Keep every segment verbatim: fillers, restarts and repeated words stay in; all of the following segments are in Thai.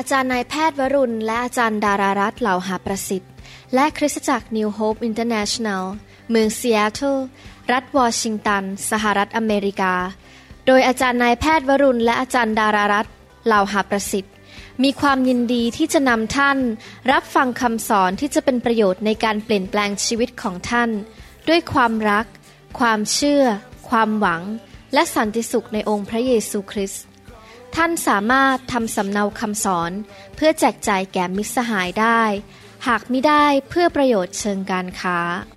อาจารย์นายแพทย์วรุณและอาจารย์ดารารัตน์เหล่าหาประสิทธิ์และคริสตจักร New Hope International เมืองซีแอตเทิลรัฐวอชิงตันสหรัฐอเมริกาโดยอาจารย์นายแพทย์วรุณและอาจารย์ดารารัตน์เหล่าหาประสิทธิ์มีความยินดีที่จะนำท่านรับฟังคำสอนที่จะเป็นประโยชน์ในการเปลี่ยนแปลงชีวิตของท่านด้วยความรักความเชื่อความหวังและสันติสุขในองค์พระเยซูคริสต์ท่านสามารถทำสำเนาคำสอนเพื่อแจกจ่ายแก่มิตรสหายได้หากมิได้เพื่อประโยชน์เชิงการค้า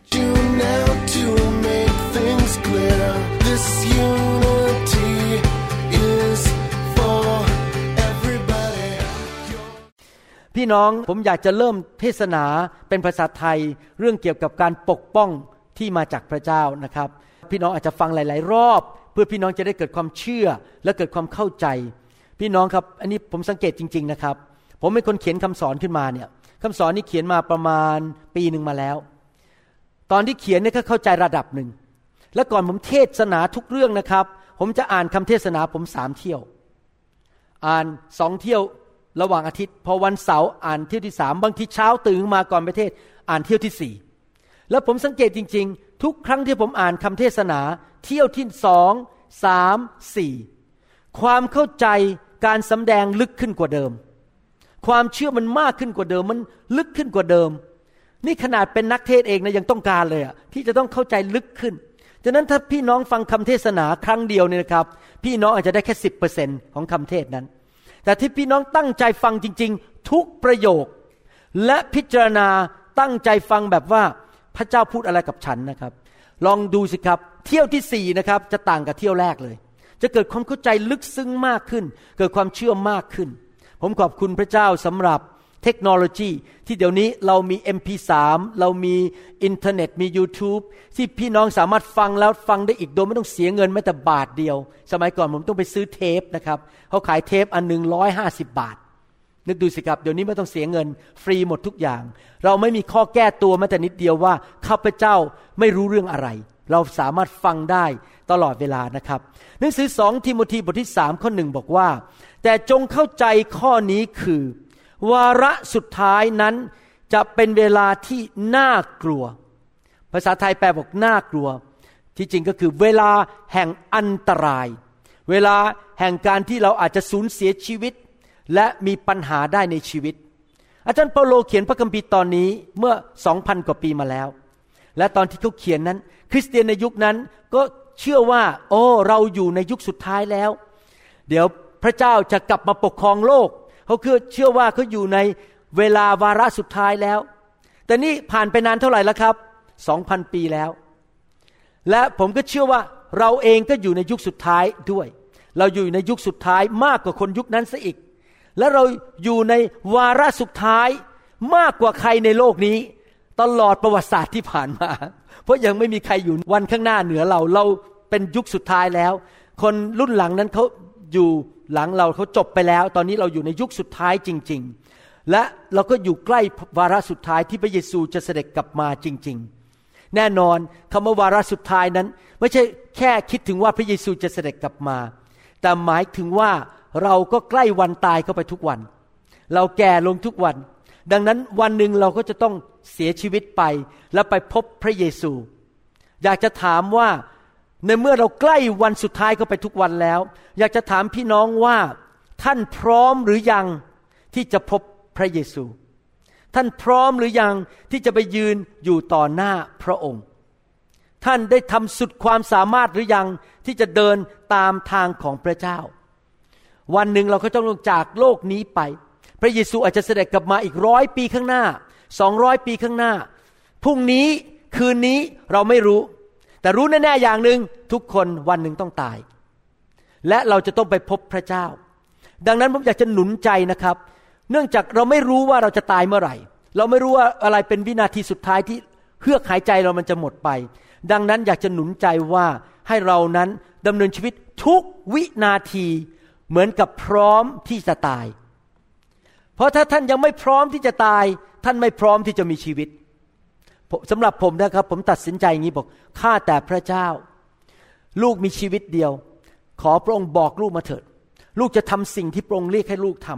พี่น้องผมอยากจะเริ่มเทศนาเป็นภาษาไทยเรื่องเกี่ยวกับการปกป้องที่มาจากพระเจ้านะครับพี่น้องอาจจะฟังหลายๆรอบเพื่อพี่น้องจะได้เกิดความเชื่อและเกิดความเข้าใจพี่น้องครับอันนี้ผมสังเกตจริงๆนะครับผมเป็นคนเขียนคำสอนขึ้นมาเนี่ยคำสอนนี้เขียนมาประมาณปีหนึ่งมาแล้วตอนที่เขียนเนี่ยก็เข้าใจระดับหนึ่งและก่อนผมเทศนาทุกเรื่องนะครับผมจะอ่านคำเทศนาผมสามเที่ยวอ่านสองเที่ยวระหว่างอาทิตย์พอวันเสาร์อ่านเที่ยวที่สามบางทีเช้าตื่นมาก่อนไปเทศอ่านเที่ยวที่สี่แล้วผมสังเกตจริงๆทุกครั้งที่ผมอ่านคำเทศนาเที่ยวที่สองสามสี่ความเข้าใจการสำแดงลึกขึ้นกว่าเดิมความเชื่อมันมากขึ้นกว่าเดิมมันลึกขึ้นกว่าเดิมนี่ขนาดเป็นนักเทศเองนะยังต้องการเลยอะที่จะต้องเข้าใจลึกขึ้นฉะนั้นถ้าพี่น้องฟังคำเทศนาครั้งเดียวเนี่ยนะครับพี่น้องอาจจะได้แค่ สิบเปอร์เซ็นต์ ของคำเทศนั้นแต่ที่พี่น้องตั้งใจฟังจริงๆทุกประโยคและพิจารณาตั้งใจฟังแบบว่าพระเจ้าพูดอะไรกับฉันนะครับลองดูสิครับเที่ยวที่สี่นะครับจะต่างกับเที่ยวแรกเลยจะเกิดความเข้าใจลึกซึ้งมากขึ้นเกิดความเชื่อมากขึ้นผมขอบคุณพระเจ้าสำหรับเทคโนโลยีที่เดี๋ยวนี้เรามี เอ็ม พี สาม เรามีอินเทอร์เน็ตมี YouTube ที่พี่น้องสามารถฟังแล้วฟังได้อีกโดยไม่ต้องเสียเงินแม้แต่บาทเดียวสมัยก่อนผมต้องไปซื้อเทปนะครับเขาขายเทปอันนึงหนึ่งร้อยห้าสิบบาทนึกดูสิครับเดี๋ยวนี้ไม่ต้องเสียเงินฟรีหมดทุกอย่างเราไม่มีข้อแก้ตัวแม้แต่นิดเดียวว่าข้าพเจ้าไม่รู้เรื่องอะไรเราสามารถฟังได้ตลอดเวลานะครับหนังสือสองทิโมธีบทที่สามข้อหนึ่งบอกว่าแต่จงเข้าใจข้อนี้คือวาระสุดท้ายนั้นจะเป็นเวลาที่น่ากลัวภาษาไทยแปลบอกน่ากลัวที่จริงก็คือเวลาแห่งอันตรายเวลาแห่งการที่เราอาจจะสูญเสียชีวิตและมีปัญหาได้ในชีวิตอาจารย์เปาโลเขียนพระคัมภีร์ตอนนี้เมื่อ สองพัน กว่าปีมาแล้วและตอนที่เขาเขียนนั้นคริสเตียนในยุคนั้นก็เชื่อว่าโอ้เราอยู่ในยุคสุดท้ายแล้วเดี๋ยวพระเจ้าจะกลับมาปกครองโลกเขาคือเชื่อว่าเขาอยู่ในเวลาวาระสุดท้ายแล้วแต่นี่ผ่านไปนานเท่าไหร่แล้วครับ สองพัน ปีแล้วและผมก็เชื่อว่าเราเองก็อยู่ในยุคสุดท้ายด้วยเราอยู่ในยุคสุดท้ายมากกว่าคนยุคนั้นซะอีกและเราอยู่ในวาระสุดท้ายมากกว่าใครในโลกนี้ตลอดประวัติศาสตร์ที่ผ่านมาเพราะยังไม่มีใครอยู่วันข้างหน้าเหนือเราเราเป็นยุคสุดท้ายแล้วคนรุ่นหลังนั้นเขาอยู่หลังเราเขาจบไปแล้วตอนนี้เราอยู่ในยุคสุดท้ายจริงๆและเราก็อยู่ใกล้วาระสุดท้ายที่พระเยซูจะเสด็จกลับมาจริงๆแน่นอนคำว่าวาระสุดท้ายนั้นไม่ใช่แค่คิดถึงว่าพระเยซูจะเสด็จกลับมาแต่หมายถึงว่าเราก็ใกล้วันตายเข้าไปทุกวันเราแก่ลงทุกวันดังนั้นวันหนึ่งเราก็จะต้องเสียชีวิตไปและไปพบพระเยซูอยากจะถามว่าในเมื่อเราใกล้วันสุดท้ายเข้าไปทุกวันแล้วอยากจะถามพี่น้องว่าท่านพร้อมหรือยังที่จะพบพระเยซูท่านพร้อมหรือยังที่จะไปยืนอยู่ต่อหน้าพระองค์ท่านได้ทำสุดความสามารถหรือยังที่จะเดินตามทางของพระเจ้าวันหนึ่งเราก็ต้องลงจากโลกนี้ไปพระเยซูอาจจะเสด็จกลับมาอีกร้อยปีข้างหน้าสองร้อยปีข้างหน้าพรุ่งนี้คืนนี้เราไม่รู้แต่รู้แน่ๆอย่างหนึ่งทุกคนวันหนึ่งต้องตายและเราจะต้องไปพบพระเจ้าดังนั้นผมอยากจะหนุนใจนะครับเนื่องจากเราไม่รู้ว่าเราจะตายเมื่อไหร่เราไม่รู้ว่าอะไรเป็นวินาทีสุดท้ายที่เฮือกหายใจเรามันจะหมดไปดังนั้นอยากจะหนุนใจว่าให้เรานั้นดำเนินชีวิตทุกวินาทีเหมือนกับพร้อมที่จะตายเพราะถ้าท่านยังไม่พร้อมที่จะตายท่านไม่พร้อมที่จะมีชีวิตสำหรับผมนะครับผมตัดสินใจอย่างนี้บอกข้าแต่พระเจ้าลูกมีชีวิตเดียวขอพระองค์บอกลูกมาเถิดลูกจะทำสิ่งที่พระองค์เรียกให้ลูกท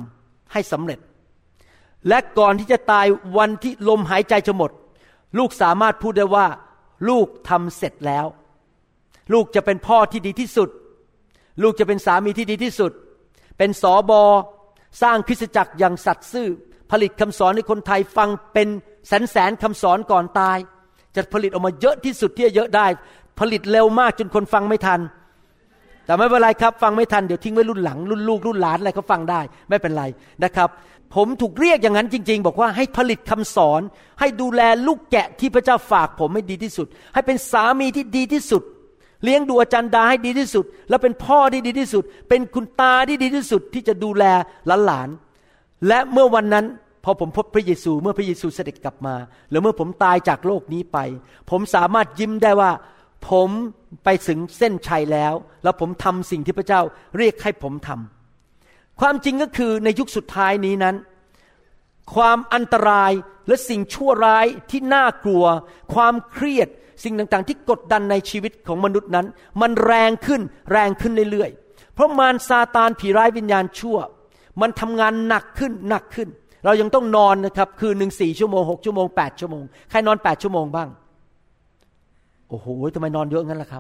ให้สำเร็จและก่อนที่จะตายวันที่ลมหายใจจะหมดลูกสามารถพูดได้ว่าลูกทำเสร็จแล้วลูกจะเป็นพ่อที่ดีที่สุดลูกจะเป็นสามีที่ดีที่สุดเป็นสบสร้างคริสตจักรอย่างสัตย์ซื่อผลิตคำสอนให้คนไทยฟังเป็นแสนๆคำสอนก่อนตายจะผลิตออกมาเยอะที่สุดที่จะเยอะได้ผลิตเร็วมากจนคนฟังไม่ทันแต่ไม่เป็นไรครับฟังไม่ทันเดี๋ยวทิ้งไว้รุ่นหลังรุ่นลูกรุ่นหลานอะไรเขาฟังได้ไม่เป็นไรนะครับผมถูกเรียกอย่างนั้นจริงๆบอกว่าให้ผลิตคำสอนให้ดูแลลูกแกะที่พระเจ้าฝากผมให้ดีที่สุดให้เป็นสามีที่ดีที่สุดเลี้ยงดูอาจารย์ดาให้ดีที่สุดแล้วเป็นพ่อที่ดีที่สุดเป็นคุณตาที่ดีที่สุดที่จะดูแลหลานๆและเมื่อวันนั้นพอผมพบพระเยซูเมื่อพระเยซูเสด็จกลับมาหรือเมื่อผมตายจากโลกนี้ไปผมสามารถยิ้มได้ว่าผมไปถึงเส้นชัยแล้วแล้วผมทำสิ่งที่พระเจ้าเรียกให้ผมทำความจริงก็คือในยุคสุดท้ายนี้นั้นความอันตรายและสิ่งชั่วร้ายที่น่ากลัวความเครียดสิ่งต่างๆที่กดดันในชีวิตของมนุษย์นั้นมันแรงขึ้นแรงขึ้นเรื่อยๆเพราะมารซาตานผีร้ายวิญญาณชั่วมันทำงานหนักขึ้นหนักขึ้นเรายังต้องนอนนะครับคืนหนึ่งสี่ชั่วโมงหกชั่วโมงแปดชั่วโมงใครนอนแปดชั่วโมงบ้างโอ้โหทำไมนอนเยอะงั้นล่ะครับ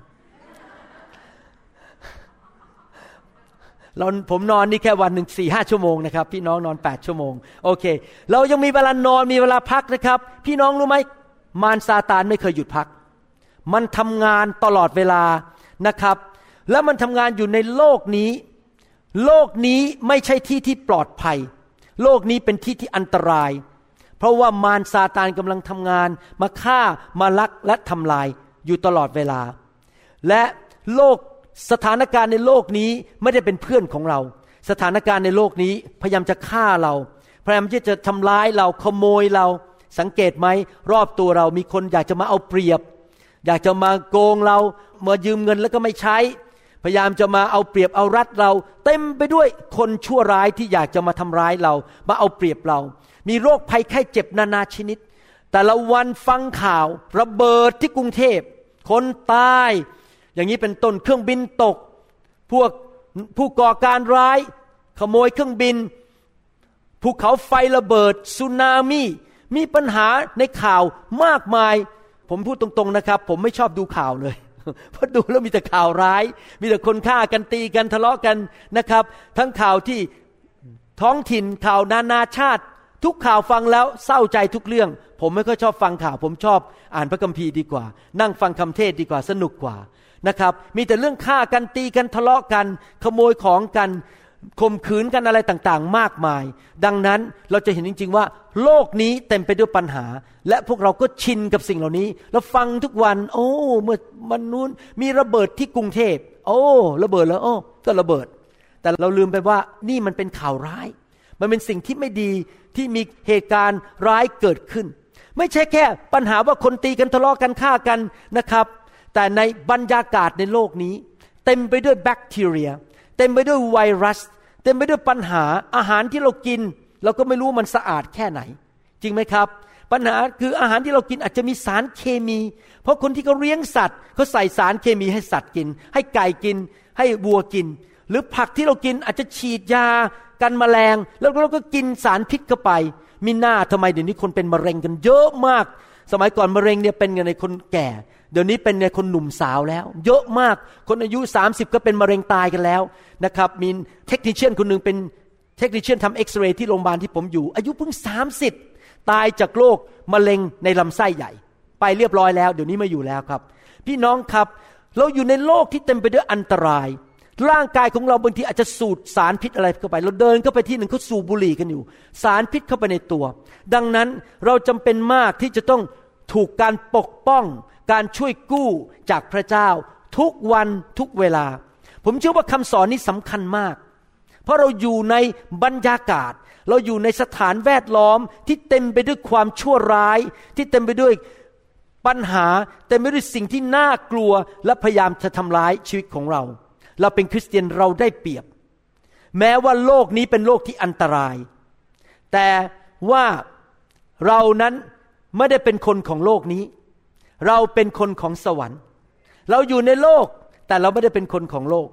เราผมนอนนี่แค่วันหนึ่งสี่ห้าชั่วโมงนะครับพี่น้องนอนแปดชั่วโมงโอเคเรายังมีเวลานอนมีเวลาพักนะครับพี่น้องรู้ไหมมารซาตานไม่เคยหยุดพักมันทำงานตลอดเวลานะครับแล้วมันทำงานอยู่ในโลกนี้โลกนี้ไม่ใช่ที่ที่ปลอดภัยโลกนี้เป็นที่ที่อันตรายเพราะว่ามารซาตานกำลังทำงานมาฆ่ามาลักและทำลายอยู่ตลอดเวลาและโลกสถานการณ์ในโลกนี้ไม่ได้เป็นเพื่อนของเราสถานการณ์ในโลกนี้พยายามจะฆ่าเราพยายามที่จะทำร้ายเราขโมยเราสังเกตไหมรอบตัวเรามีคนอยากจะมาเอาเปรียบอยากจะมาโกงเรามายืมเงินแล้วก็ไม่ใช้พยายามจะมาเอาเปรียบเอารัดเราเต็มไปด้วยคนชั่วร้ายที่อยากจะมาทำร้ายเรามาเอาเปรียบเรามีโรคภัยไข้เจ็บนานาชนิดแต่ละวันฟังข่าวระเบิดที่กรุงเทพคนตายอย่างนี้เป็นต้นเครื่องบินตกพวกผู้ก่อการร้ายขโมยเครื่องบินภูเขาไฟระเบิดสึนามิมีปัญหาในข่าวมากมายผมพูดตรงๆนะครับผมไม่ชอบดูข่าวเลยเพราะดูแล้วมีแต่ข่าวร้ายมีแต่คนฆ่ากันตีกันทะเลาะกันนะครับทั้งข่าวที่ท้องถิ่นข่าวนานาชาติทุกข่าวฟังแล้วเศร้าใจทุกเรื่องผมไม่ค่อยชอบฟังข่าวผมชอบอ่านพระคัมภีร์ดีกว่านั่งฟังคำเทศดีกว่าสนุกกว่านะครับมีแต่เรื่องฆ่ากันตีกันทะเลาะกันขโมยของกันข่มขืนกันอะไรต่างๆมากมายดังนั้นเราจะเห็นจริงๆว่าโลกนี้เต็มไปด้วยปัญหาและพวกเราก็ชินกับสิ่งเหล่านี้เราฟังทุกวันโอ้เมื่อวันนู้นมีระเบิดที่กรุงเทพโอ้ระเบิดแล้วโอ้ก็ระเบิดแต่เราลืมไปว่านี่มันเป็นข่าวร้ายมันเป็นสิ่งที่ไม่ดีที่มีเหตุการณ์ร้ายเกิดขึ้นไม่ใช่แค่ปัญหาว่าคนตีกันทะเลาะกันฆ่ากันนะครับแต่ในบรรยากาศในโลกนี้เต็มไปด้วยแบคทีเรียเต็มไปด้วยไวรัสเต็มไปด้วยปัญหาอาหารที่เรากินเราก็ไม่รู้มันสะอาดแค่ไหนจริงไหมครับปัญหาคืออาหารที่เรากินอาจจะมีสารเคมีเพราะคนที่เขาเลี้ยงสัตว์เขาใส่สารเคมีให้สัตว์กินให้ไก่กินให้วัวกินหรือผักที่เรากินอาจจะฉีดยากันแมลงแล้วเราก็กินสารพิษเข้าไปมีหน้าทำไมเดี๋ยวนี้คนเป็นมะเร็งกันเยอะมากสมัยก่อนมะเร็งเนี่ยเป็นกันในคนแก่เดี๋ยวนี้เป็นในคนหนุ่มสาวแล้วเยอะมากคนอายุสามสิบก็เป็นมะเร็งตายกันแล้วนะครับมีเทคนิคเชียนคนนึงเป็นเทคนิคเชียนทำเอ็กซเรย์ที่โรงพยาบาลที่ผมอยู่อายุเพิ่งสามสิบตายจากโรคมะเร็งในลำไส้ใหญ่ไปเรียบร้อยแล้วเดี๋ยวนี้ไม่อยู่แล้วครับพี่น้องครับเราอยู่ในโลกที่เต็มไปด้วยอันตรายร่างกายของเราบางทีอาจจะสูดสารพิษอะไรเข้าไปเราเดินเข้าไปที่หนึ่งเขาสูบบุหรี่กันอยู่สารพิษเข้าไปในตัวดังนั้นเราจำเป็นมากที่จะต้องถูกการปกป้องการช่วยกู้จากพระเจ้าทุกวันทุกเวลาผมเชื่อว่าคำสอนนี้สำคัญมากเพราะเราอยู่ในบรรยากาศเราอยู่ในสถานแวดล้อมที่เต็มไปด้วยความชั่วร้ายที่เต็มไปด้วยปัญหาเต็มไปด้วยสิ่งที่น่ากลัวและพยายามจะทำร้ายชีวิตของเราเราเป็นคริสเตียนเราได้เปรียบแม้ว่าโลกนี้เป็นโลกที่อันตรายแต่ว่าเรานั้นไม่ได้เป็นคนของโลกนี้เราเป็นคนของสวรรค์เราอยู่ในโลกแต่เราไม่ได้เป็นคนของโลก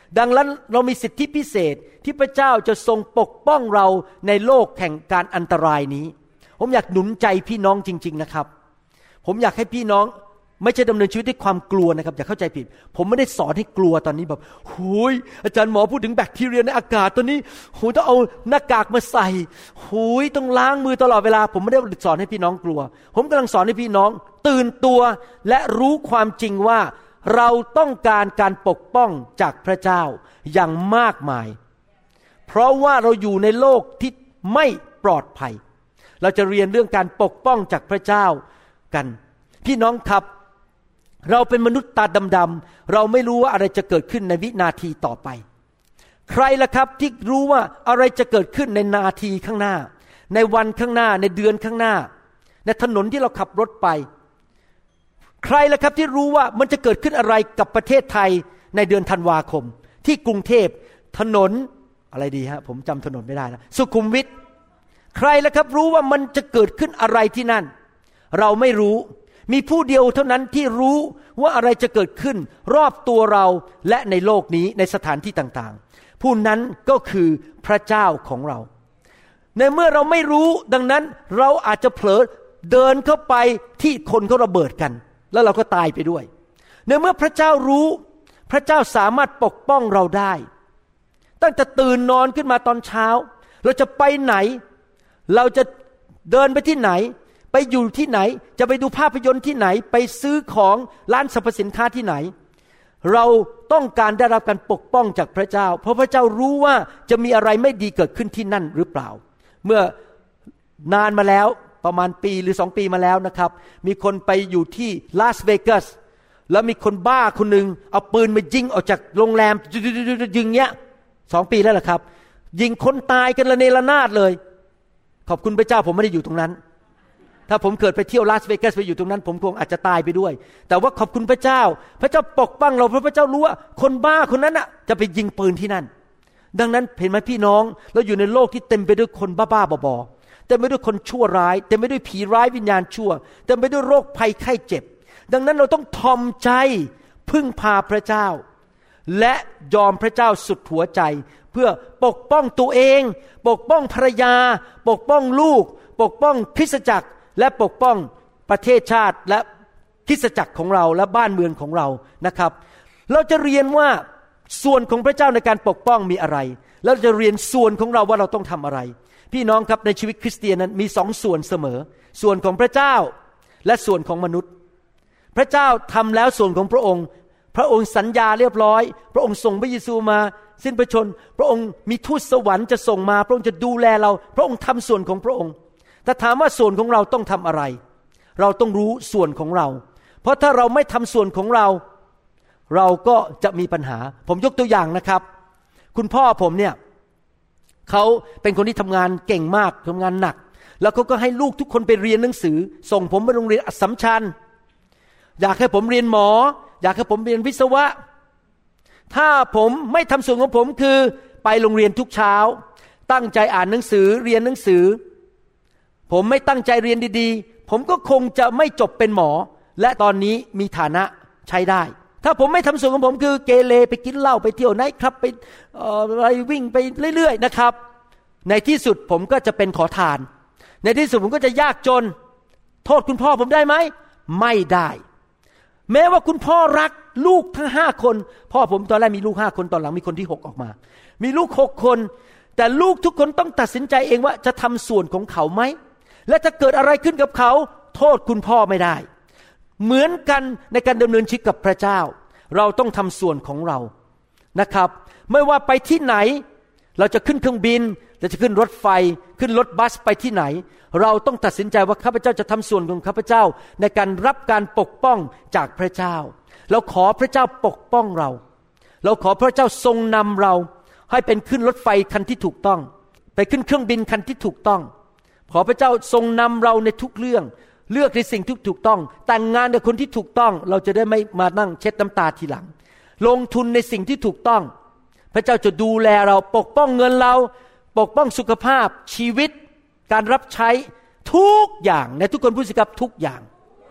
ดังนั้นเรามีสิทธิพิเศษที่พระเจ้าจะทรงปกป้องเราในโลกแห่งการอันตรายนี้ผมอยากหนุนใจพี่น้องจริงๆนะครับผมอยากให้พี่น้องไม่ใช่ดำเนินชีวิตด้วยความกลัวนะครับอย่าเข้าใจผิดผมไม่ได้สอนให้กลัวตอนนี้แบบโอ้ยอาจารย์หมอพูดถึงแบคทีเรียในอากาศตอนนี้โหต้องเอาหน้ากากมาใส่โหยต้องล้างมือตลอดเวลาผมไม่ได้สอนให้พี่น้องกลัวผมกำลังสอนให้พี่น้องตื่นตัวและรู้ความจริงว่าเราต้องการการปกป้องจากพระเจ้าอย่างมากมายเพราะว่าเราอยู่ในโลกที่ไม่ปลอดภัยเราจะเรียนเรื่องการปกป้องจากพระเจ้ากันพี่น้องครับเราเป็นมนุษย์ตาดำๆเราไม่รู้ว่าอะไรจะเกิดขึ้นในวินาทีต่อไปใครล่ะครับที่รู้ว่าอะไรจะเกิดขึ้นในนาทีข้างหน้าในวันข้างหน้าในเดือนข้างหน้าในถนนที่เราขับรถไปใครล่ะครับที่รู้ว่ามันจะเกิดขึ้นอะไรกับประเทศไทยในเดือนธันวาคมที่กรุงเทพถนนอะไรดีฮะผมจำถนนไม่ได้นะสุขุมวิทใครล่ะครับรู้ว่ามันจะเกิดขึ้นอะไรที่นั่นเราไม่รู้มีผู้เดียวเท่านั้นที่รู้ว่าอะไรจะเกิดขึ้นรอบตัวเราและในโลกนี้ในสถานที่ต่างๆผู้นั้นก็คือพระเจ้าของเราในเมื่อเราไม่รู้ดังนั้นเราอาจจะเผลอเดินเข้าไปที่คนเขาระเบิดกันแล้วเราก็ตายไปด้วยในเมื่อพระเจ้ารู้พระเจ้าสามารถปกป้องเราได้ตั้งแต่ตื่นนอนขึ้นมาตอนเช้าเราจะไปไหนเราจะเดินไปที่ไหนไปอยู่ที่ไหนจะไปดูภาพยนตร์ที่ไหนไปซื้อของร้านสรรพสินค้าที่ไหนเราต้องการได้รับการปกป้องจากพระเจ้าเพราะพระเจ้ารู้ว่าจะมีอะไรไม่ดีเกิดขึ้นที่นั่นหรือเปล่าเมื่อนานมาแล้วประมาณปีหรือสองปีมาแล้วนะครับมีคนไปอยู่ที่ลาสเวกัสแล้วมีคนบ้าคนนึงเอาปืนมายิงออกจากโรงแรมยิงเงี้ยสองปีแล้วล่ะครับยิงคนตายกันระเนระนาดเลยขอบคุณพระเจ้าผมไม่ได้อยู่ตรงนั้นถ้าผมเกิดไปเที่ยวลาสเวกัสไปอยู่ตรงนั้นผมคงอาจจะตายไปด้วยแต่ว่าขอบคุณพระเจ้าพระเจ้าปกป้องเราเพราะพระเจ้ารู้ว่าคนบ้าคนนั้นน่ะจะไปยิงปืนที่นั่นดังนั้นเห็นไหมพี่น้องเราอยู่ในโลกที่เต็มไปด้วยคนบ้าๆบอๆเต็มไปด้วยคนชั่วร้ายเต็มไปด้วยผีร้ายวิญญาณชั่วเต็มไปด้วยโรคภัยไข้เจ็บดังนั้นเราต้องทอมใจพึ่งพาพระเจ้าและยอมพระเจ้าสุดหัวใจเพื่อปกป้องตัวเองปกป้องภรรยาปกป้องลูกปกป้องคริสตจักรและปกป้องประเทศชาติและคริสตจักรของเราและบ้านเมืองของเรานะครับเราจะเรียนว่าส่วนของพระเจ้าในการปกป้องมีอะไรแล้วจะเรียนส่วนของเราว่าเราต้องทำอะไรพี่น้องครับในชีวิตคริสเตียนนั้นมีสองส่วนเสมอส่วนของพระเจ้าและส่วนของมนุษย์พระเจ้าทำแล้วส่วนของพระองค์พระองค์สัญญาเรียบร้อยพระองค์ส่งพระเยซูมาสิ้นพระชนพระองค์มีทูตสวรรค์จะส่งมาพระองค์จะดูแลเราพระองค์ทำส่วนของพระองค์แต่ถามว่าส่วนของเราต้องทำอะไรเราต้องรู้ส่วนของเราเพราะถ้าเราไม่ทำส่วนของเราเราก็จะมีปัญหาผมยกตัวอย่างนะครับคุณพ่อผมเนี่ยเขาเป็นคนที่ทำงานเก่งมากทำงานหนักแล้วเขาก็ให้ลูกทุกคนไปเรียนหนังสือส่งผมไปโรงเรียนอัสสัมชัญอยากให้ผมเรียนหมออยากให้ผมเรียนวิศวะถ้าผมไม่ทำส่วนของผมคือไปโรงเรียนทุกเช้าตั้งใจอ่านหนังสือเรียนหนังสือผมไม่ตั้งใจเรียนดีๆผมก็คงจะไม่จบเป็นหมอและตอนนี้มีฐานะใช้ได้ถ้าผมไม่ทำส่วนของผมคือเกเรไปกินเหล้าไปเที่ยวไนท์คลับไปเอ่ออะไรวิ่งไปเรื่อยๆนะครับในที่สุดผมก็จะเป็นขอทานในที่สุดผมก็จะยากจนโทษคุณพ่อผมได้ไหมไม่ได้แม้ว่าคุณพ่อรักลูกทั้งห้าคนพ่อผมตอนแรกมีลูกห้าคนตอนหลังมีคนที่หกออกมามีลูกหกคนแต่ลูกทุกคนต้องตัดสินใจเองว่าจะทำส่วนของเขาไหมและถ้าเกิดอะไรขึ้นกับเขาโทษคุณพ่อไม่ได้เหมือนกันในการดำเนินชีวิตกับพระเจ้าเราต้องทำส่วนของเรานะครับไม่ว่าไปที่ไหนเราจะขึ้นเครื่องบินเราจะขึ้นรถไฟขึ้นรถบัสไปที่ไหนเราต้องตัดสินใจว่าข้าพเจ้าจะทำส่วนของข้าพเจ้าในการรับการปกป้องจากพระเจ้าเราขอพระเจ้าปกป้องเราเราขอพระเจ้าทรงนำเราให้เป็นขึ้นรถไฟคันที่ถูกต้องไปขึ้นเครื่องบินคันที่ถูกต้องขอพระเจ้าทรงนำเราในทุกเรื่องเลือกในสิ่งที่ถูกต้องแต่งงานกับคนที่ถูกต้องเราจะได้ไม่มานั่งเช็ดน้ำตาทีหลังลงทุนในสิ่งที่ถูกต้องพระเจ้าจะดูแลเราปกป้องเงินเราปกป้องสุขภาพชีวิตการรับใช้ทุกอย่างในทุกคนพูดสิครับทุกอย่าง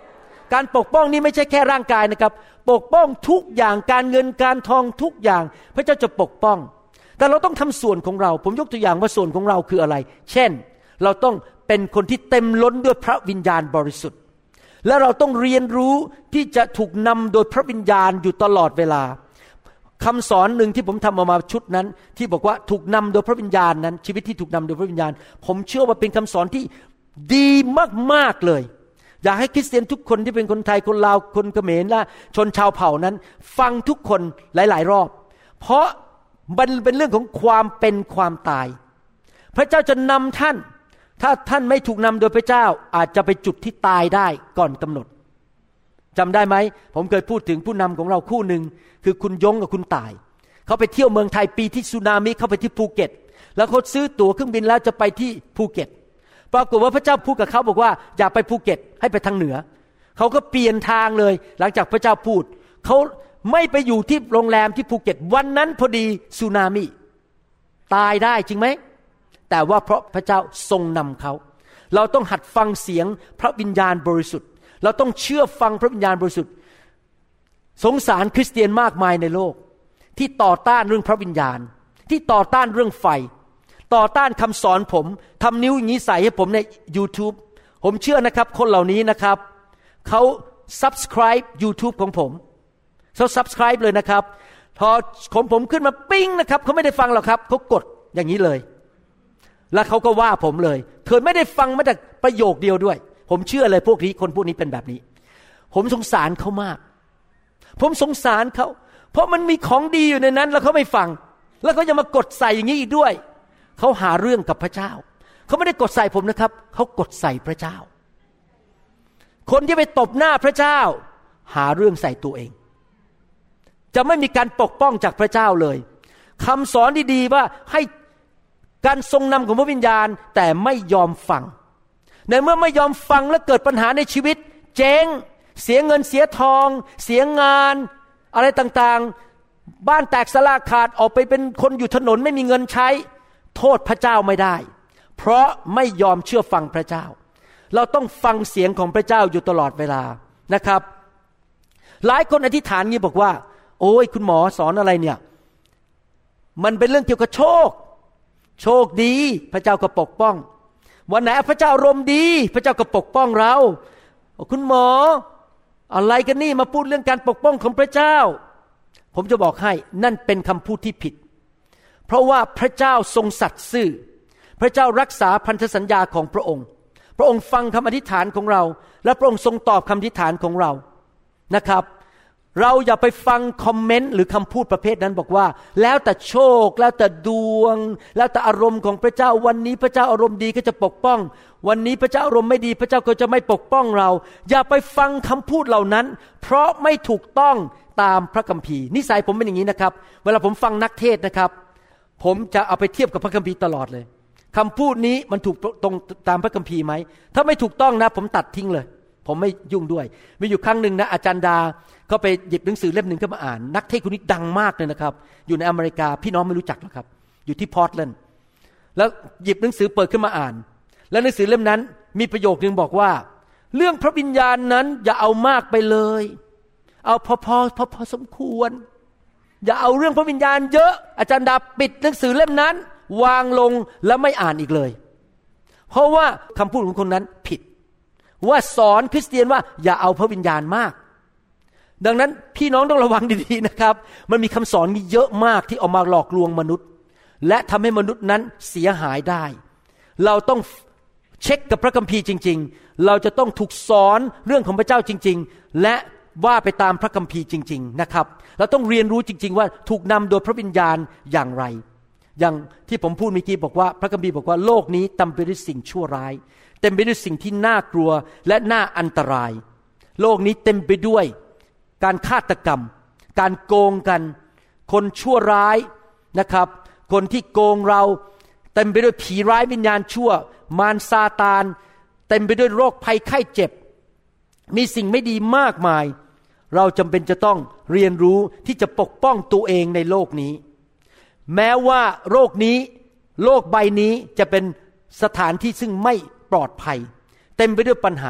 การปกป้องนี้ไม่ใช่แค่ร่างกายนะครับปกป้องทุกอย่างการเงินการทองทุกอย่างพระเจ้าจะปกป้องแต่เราต้องทำส่วนของเราผมยกตัวอย่างว่าส่วนของเราคืออะไรเช่นเราต้องเป็นคนที่เต็มล้นด้วยพระวิญญาณบริสุทธิ์และเราต้องเรียนรู้ที่จะถูกนำโดยพระวิญญาณอยู่ตลอดเวลาคำสอนหนึ่งที่ผมทำออกมาชุดนั้นที่บอกว่าถูกนำโดยพระวิญญาณนั้นชีวิตที่ถูกนำโดยพระวิญญาณผมเชื่อว่าเป็นคำสอนที่ดีมากๆเลยอยากให้คริสเตียนทุกคนที่เป็นคนไทยคนลาวคนเขมรและชนชาวเผ่านั้นฟังทุกคนหลายๆรอบเพราะมันเป็นเรื่องของความเป็นความตายพระเจ้าจะนำท่านถ้าท่านไม่ถูกนำโดยพระเจ้าอาจจะไปจุดที่ตายได้ก่อนกำหนดจำได้ไหมผมเคยพูดถึงผู้นำของเราคู่หนึ่งคือคุณยงกับคุณตายเขาไปเที่ยวเมืองไทยปีที่สึนามิเขาไปที่ภูเก็ตแล้วเขาซื้อตั๋วเครื่องบินแล้วจะไปที่ภูเก็ตปรากฏว่าพระเจ้าพูดกับเขาบอกว่าอย่าไปภูเก็ตให้ไปทางเหนือเขาก็เปลี่ยนทางเลยหลังจากพระเจ้าพูดเขาไม่ไปอยู่ที่โรงแรมที่ภูเก็ตวันนั้นพอดีสึนามิตายได้จริงไหมแต่ว่าเพราะพระเจ้าทรงนำเขาเราต้องหัดฟังเสียงพระวิญญาณบริสุทธิ์เราต้องเชื่อฟังพระวิญญาณบริสุทธิ์สงสารคริสเตียนมากมายในโลกที่ต่อต้านเรื่องพระวิญญาณที่ต่อต้านเรื่องไฟต่อต้านคำสอนผมทำนิ้วอย่างนี้ใส่ให้ผมใน YouTube ผมเชื่อนะครับคนเหล่านี้นะครับเขา subscribe YouTube ของผมเขา subscribe เลยนะครับพอของผมขึ้นมาปิ้งนะครับเขาไม่ได้ฟังหรอกครับเขากดอย่างนี้เลยแล้วเขาก็ว่าผมเลยเธอไม่ได้ฟังแม้แต่ประโยคเดียวด้วยผมเชื่อเลยพวกนี้คนพวกนี้เป็นแบบนี้ผมสงสารเขามากผมสงสารเขาเพราะมันมีของดีอยู่ในนั้นแล้วเขาไม่ฟังแล้วเขายังมากดใส่อย่างนี้อีกด้วยเขาหาเรื่องกับพระเจ้าเขาไม่ได้กดใส่ผมนะครับเขากดใส่พระเจ้าคนที่ไปตบหน้าพระเจ้าหาเรื่องใส่ตัวเองจะไม่มีการปกป้องจากพระเจ้าเลยคำสอนดีๆว่าให้การทรงนำของพระวิญญาณแต่ไม่ยอมฟังในเมื่อไม่ยอมฟังแล้วเกิดปัญหาในชีวิตเจ๊งเสียเงินเสียทองเสียงานอะไรต่างๆบ้านแตกสลายขาดออกไปเป็นคนอยู่ถนนไม่มีเงินใช้โทษพระเจ้าไม่ได้เพราะไม่ยอมเชื่อฟังพระเจ้าเราต้องฟังเสียงของพระเจ้าอยู่ตลอดเวลานะครับหลายคนอธิษฐานงี้บอกว่าโอ้ยคุณหมอสอนอะไรเนี่ยมันเป็นเรื่องเกี่ยวกับโชคโชคดีพระเจ้าก็ปกป้องวันไหนพระเจ้าอารมณ์ดีพระเจ้าก็ปกป้องเราคุณหมออะไรกันนี่มาพูดเรื่องการปกป้องของพระเจ้าผมจะบอกให้นั่นเป็นคำพูดที่ผิดเพราะว่าพระเจ้าทรงสัตย์ซื่อพระเจ้ารักษาพันธสัญญาของพระองค์พระองค์ฟังคำอธิษฐานของเราและพระองค์ทรงตอบคำอธิษฐานของเรานะครับเราอย่าไปฟังคอมเมนต์หรือคำพูดประเภทนั้นบอกว่าแล้วแต่โชคแล้วแต่ดวงแล้วแต่อารมณ์ของพระเจ้าวันนี้พระเจ้าอารมณ์ดีก็จะปกป้องวันนี้พระเจ้าอารมณ์ไม่ดีพระเจ้าก็จะไม่ปกป้องเราอย่าไปฟังคำพูดเหล่านั้นเพราะไม่ถูกต้องตามพระคัมภีร์นิสัยผมเป็นอย่างนี้นะครับเวลาผมฟังนักเทศนะครับผมจะเอาไปเทียบกับพระคัมภีร์ตลอดเลยคำพูดนี้มันถูกตรงตามพระคัมภีร์ไหมถ้าไม่ถูกต้องนะผมตัดทิ้งเลยผมไม่ยุ่งด้วยมีอยู่ครั้งหนึ่งนะอาจารย์ดาก็ไปหยิบหนังสือเล่มหนึ่งขึ้นมาอ่านนักเทศคนนี้ดังมากเลยนะครับอยู่ในอเมริกาพี่น้องไม่รู้จักหรอกครับอยู่ที่พอร์ตแลนด์แล้วหยิบหนังสือเปิดขึ้นมาอ่านแล้วหนังสือเล่มนั้นมีประโยคนึงบอกว่าเรื่องพระวิญญาณนั้นอย่าเอามากไปเลยเอาพอพอพอพอสมควรอย่าเอาเรื่องพระวิญญาณเยอะอาจารย์ดาปิดหนังสือเล่มนั้นวางลงแล้วไม่อ่านอีกเลยเพราะว่าคำพูดของคนนั้นผิดว่าสอนคริสเตียนว่าอย่าเอาพระวิญญาณมากดังนั้นพี่น้องต้องระวังดีๆนะครับมันมีคำสอนมีเยอะมากที่ออกมาหลอกลวงมนุษย์และทำให้มนุษย์นั้นเสียหายได้เราต้องเช็คกับพระคัมภีร์จริงๆเราจะต้องถูกสอนเรื่องของพระเจ้าจริงๆและว่าไปตามพระคัมภีร์จริงๆนะครับเราต้องเรียนรู้จริงๆว่าถูกนำโดยพระวิญญาณอย่างไรอย่างที่ผมพูดเมื่อกี้บอกว่าพระคัมภีร์บอกว่าโลกนี้เต็มไปด้วยสิ่งชั่วร้ายเต็มไปด้วยสิ่งที่น่ากลัวและน่าอันตรายโลกนี้เต็มไปด้วยการฆาตกรรมการโกงกันคนชั่วร้ายนะครับคนที่โกงเราเต็มไปด้วยผีร้ายวิญญาณชั่วมารซาตานเต็มไปด้วยโรคภัยไข้เจ็บมีสิ่งไม่ดีมากมายเราจำเป็นจะต้องเรียนรู้ที่จะปกป้องตัวเองในโลกนี้แม้ว่าโรคนี้โลกใบนี้จะเป็นสถานที่ซึ่งไม่ปลอดภัยเต็มไปด้วยปัญหา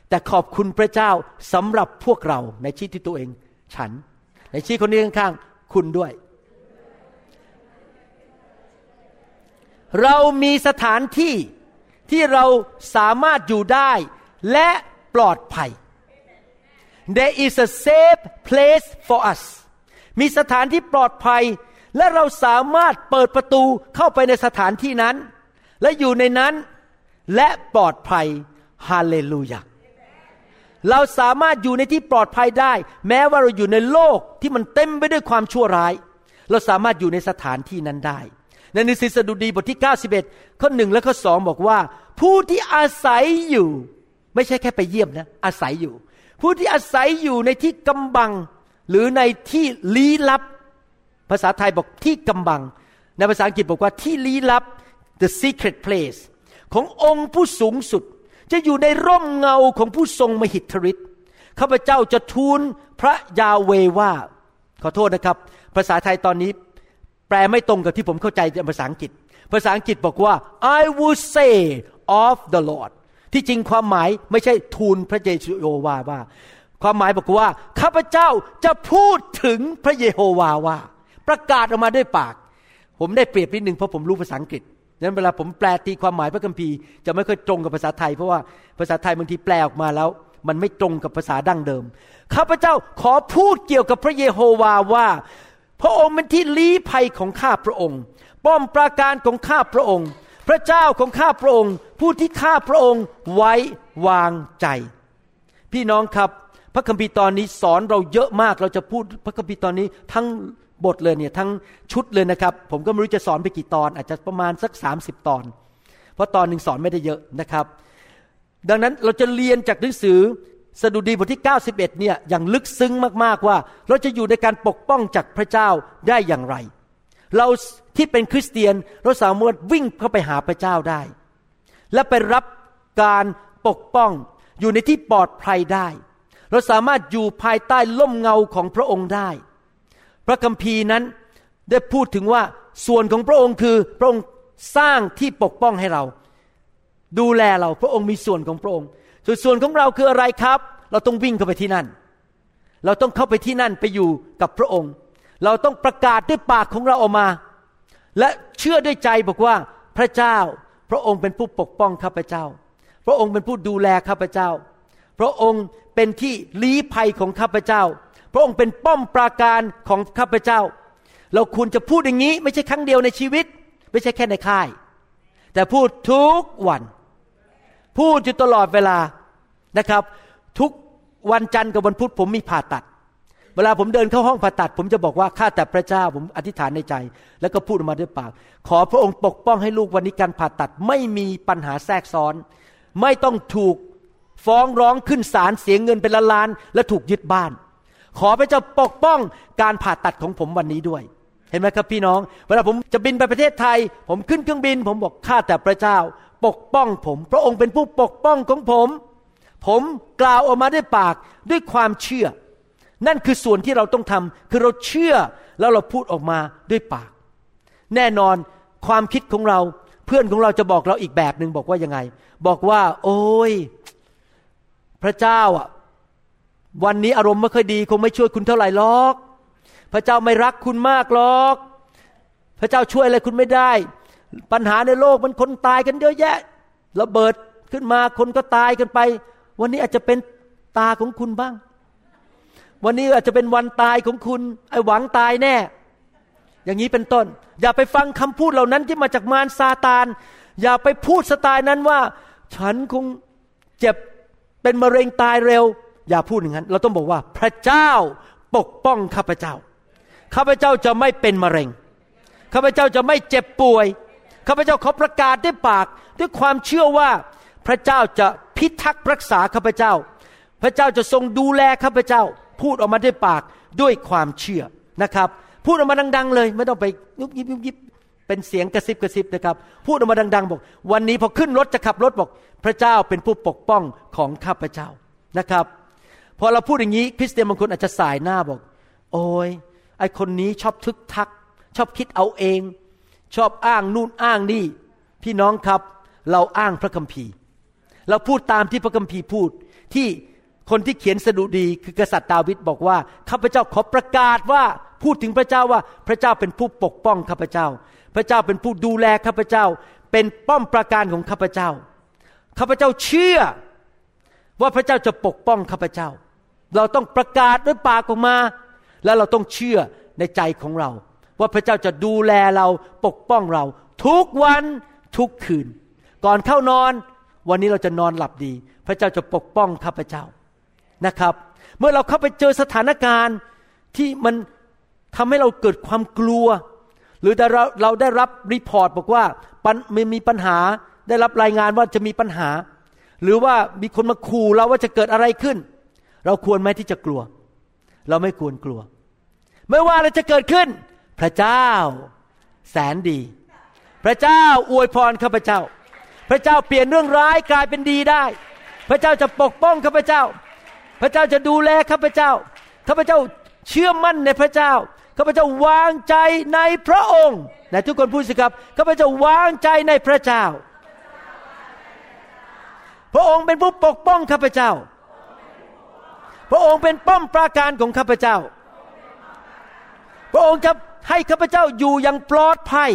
แต่ขอบคุณพระเจ้าสำหรับพวกเราในชี้ที่ตัวเองฉันในชี้คนนี้ข้างๆคุณด้วยเรามีสถานที่ที่เราสามารถอยู่ได้และปลอดภัย There is a safe place for us มีสถานที่ปลอดภัยและเราสามารถเปิดประตูเข้าไปในสถานที่นั้นและอยู่ในนั้นและปลอดภัยฮาเลลูยาเราสามารถอยู่ในที่ปลอดภัยได้แม้ว่าเราอยู่ในโลกที่มันเต็มไปด้วยความชั่วร้ายเราสามารถอยู่ในสถานที่นั้นได้ในหนังสือสดุดีบทที่เก้าสิบเอ็ดข้อหนึ่งและข้อสองบอกว่าผู้ที่อาศัยอยู่ไม่ใช่แค่ไปเยี่ยมนะอาศัยอยู่ผู้ที่อาศัยอยู่ในที่กำบังหรือในที่ลี้ลับภาษาไทยบอกที่กำบังในภาษาอังกฤษบอกว่าที่ลี้ลับ the secret place ขององค์ผู้สูงสุดจะอยู่ในร่มเงาของผู้ทรงมหิทธิฤทธิ์ข้าพเจ้าจะทูลพระยาเวว่าขอโทษนะครับภาษาไทยตอนนี้แปลไม่ตรงกับที่ผมเข้าใจในภาษาอังกฤษภาษาอังกฤษบอกว่า I will say of the Lord ที่จริงความหมายไม่ใช่ทูลพระเยโฮวาว่าความหมายบอกว่าข้าพเจ้าจะพูดถึงพระเยโฮวาว่าประกาศออกมาด้วยปากผมได้เปรียบนิดนึงเพราะผมรู้ภาษาอังกฤษดังนั้นเวลาผมแปลตีความหมายพระคัมภีร์จะไม่ค่อยตรงกับภาษาไทยเพราะว่าภาษาไทยบางทีแปลออกมาแล้วมันไม่ตรงกับภาษาดั้งเดิมข้าพเจ้าขอพูดเกี่ยวกับพระเยโฮวาว่าพระองค์เป็นที่ลี้ภัยของข้าพระองค์ป้อมปราการของข้าพระองค์พระเจ้าของข้าพระองค์ผู้ที่ข้าพระองค์ไว้วางใจพี่น้องครับพระคัมภีร์ตอนนี้สอนเราเยอะมากเราจะพูดพระคัมภีร์ตอนนี้ทั้งบทเลยเนี่ยทั้งชุดเลยนะครับผมก็ไม่รู้จะสอนไปกี่ตอนอาจจะประมาณสักสามสิบตอนเพราะตอนหนึ่งสอนไม่ได้เยอะนะครับดังนั้นเราจะเรียนจากหนังสือสดุดีบทที่เก้าสิบเอ็ดเนี่ยอย่างลึกซึ้งมากๆว่าเราจะอยู่ในการปกป้องจากพระเจ้าได้อย่างไรเราที่เป็นคริสเตียนเราสามารถวิ่งเข้าไปหาพระเจ้าได้และไปรับการปกป้องอยู่ในที่ปลอดภัยได้เราสามารถอยู่ภายใต้ร่มเงาของพระองค์ได้พระคัมภีร์นั้นได้พูดถึงว่าส่วนของพระองค์คือพระองค์สร้างที่ปกป้องให้เราดูแลเราพระองค์มีส่วนของพระองค์ส่วนส่วนของเราคืออะไรครับเราต้องวิ่งเข้าไปที่นั่นเราต้องเข้าไปที่นั่นไปอยู่กับพระองค์เราต้องประกาศด้วยปากของเราออกมาและเชื่อด้วยใจบอกว่าพระเจ้าพระองค์เป็นผู้ปกป้องข้าพเจ้าพระองค์เป็นผู้ดูแลข้าพเจ้าพระองค์เป็นที่ลี้ภัยของข้าพเจ้าพระองค์เป็นป้อมปราการของข้าพเจ้าเราควรจะพูดอย่างนี้ไม่ใช่ครั้งเดียวในชีวิตไม่ใช่แค่ในค่ายแต่พูดทุกวันพูดอยู่ตลอดเวลานะครับทุกวันจันทร์กับวันพุธผมมีผ่าตัดเวลาผมเดินเข้าห้องผ่าตัดผมจะบอกว่าข้าแต่พระเจ้าผมอธิษฐานในใจแล้วก็พูดออกมาด้วยปากขอพระองค์ปกป้องให้ลูกวันนี้การผ่าตัดไม่มีปัญหาแทรกซ้อนไม่ต้องถูกฟ้องร้องขึ้นศาลเสียเงินเป็นล้านๆและถูกยึดบ้านขอพระเจ้าปกป้องการผ่าตัดของผมวันนี้ด้วยเห็นไหมครับพี่น้องเวลาผมจะบินไปประเทศไทยผมขึ้นเครื่องบินผมบอกข้าแต่พระเจ้าปกป้องผมพระองค์เป็นผู้ปกป้องของผมผมกล่าวออกมาด้วยปากด้วยความเชื่อนั่นคือส่วนที่เราต้องทำคือเราเชื่อแล้วเราพูดออกมาด้วยปากแน่นอนความคิดของเราเพื่อนของเราจะบอกเราอีกแบบนึงบอกว่ายังไงบอกว่าโอ้ยพระเจ้าอ่ะวันนี้อารมณ์ไม่ค่อยดีคงไม่ช่วยคุณเท่าไหร่หรอกพระเจ้าไม่รักคุณมากหรอกพระเจ้าช่วยอะไรคุณไม่ได้ปัญหาในโลกมันคนตายกันเยอะแยะระเบิดขึ้นมาคนก็ตายกันไปวันนี้อาจจะเป็นตาของคุณบ้างวันนี้อาจจะเป็นวันตายของคุณไอ้หวังตายแน่อย่างนี้เป็นต้นอย่าไปฟังคำพูดเหล่านั้นที่มาจากมารซาตานอย่าไปพูดสไตล์นั้นว่าฉันคงเจ็บเป็นมะเร็งตายเร็วอย่าพูดอย่างนั้นเราต้องบอกว่าพระเจ้าปกป้องข้าพเจ้าข้าพเจ้าจะไม่เป็นมะเร็งข้าพเจ้าจะไม่เจ็บป่วยข้าพเจ้าขอประกาศด้วยปากด้วยความเชื่อว่าพระเจ้าจะพิทักษ์รักษาข้าพเจ้าพระเจ้าจะทรงดูแลข้าพเจ้าพูดออกมาด้วยปากด้วยความเชื่อนะครับพูดออกมาดังๆเลยไม่ต้องไปยุบยิบยุบยิบเป็นเสียงกระซิบกระซิบนะครับพูดออกมาดังๆบอกวันนี้พอขึ้นรถจะขับรถบอกพระเจ้าเป็นผู้ปกป้องของข้าพเจ้านะครับพอเราพูดอย่างนี้คริสเตียนบางคนอาจจะสายหน้าบอกโอ้ยไอคนนี้ชอบทึกทักชอบคิดเอาเองชอบอ้างนู่นอ้างนี่พี่น้องครับเราอ้างพระคัมภีร์เราพูดตามที่พระคัมภีร์พูดที่คนที่เขียนสดุดีคือกษัตริย์ดาวิดบอกว่าข้าพเจ้าขอประกาศว่าพูดถึงพระเจ้าว่าพระเจ้าเป็นผู้ปกป้องข้าพเจ้าพระเจ้าเป็นผู้ดูแลข้าพเจ้าเป็นป้อมปราการของข้าพเจ้าข้าพเจ้าเชื่อว่าพระเจ้าจะปกป้องข้าพเจ้าเราต้องประกาศด้วยปากออกมาแล้วเราต้องเชื่อในใจของเราว่าพระเจ้าจะดูแลเราปกป้องเราทุกวันทุกคืนก่อนเข้านอนวันนี้เราจะนอนหลับดีพระเจ้าจะปกป้องข้าพเจ้านะครับเมื่อเราเข้าไปเจอสถานการณ์ที่มันทำให้เราเกิดความกลัวหรือเราเราได้รับรีพอร์ตบอกว่ามีปัญหาได้รับรายงานว่าจะมีปัญหาหรือว่ามีคนมาขู่เราว่าจะเกิดอะไรขึ้นเราควรไหมที่จะกลัวเราไม่ควรกลัวไม่ว่าอะไรจะเกิดขึ้นพระเจ้าแสนดีพระเจ้าอวยพรข้าพเจ้าพระเจ้าเปลี่ยนเรื่องร้ายกลายเป็นดีได้พระเจ้าจะปกป้องข้าพเจ้าพระเจ้าจะดูแลข้าพเจ้าข้าพเจ้าเชื่อมั่นในพระเจ้าข้าพเจ้าวางใจในพระองค์และทุกคนพูดสิครับข้าพเจ้าวางใจในพระเจ้าพระองค์เป็นผู้ปกป้องข้าพเจ้าพระองค์เป็นป้อมปราการของข้าพเจ้าพระองค์จะให้ข้าพเจ้าอยู่อย่างปลอดภัย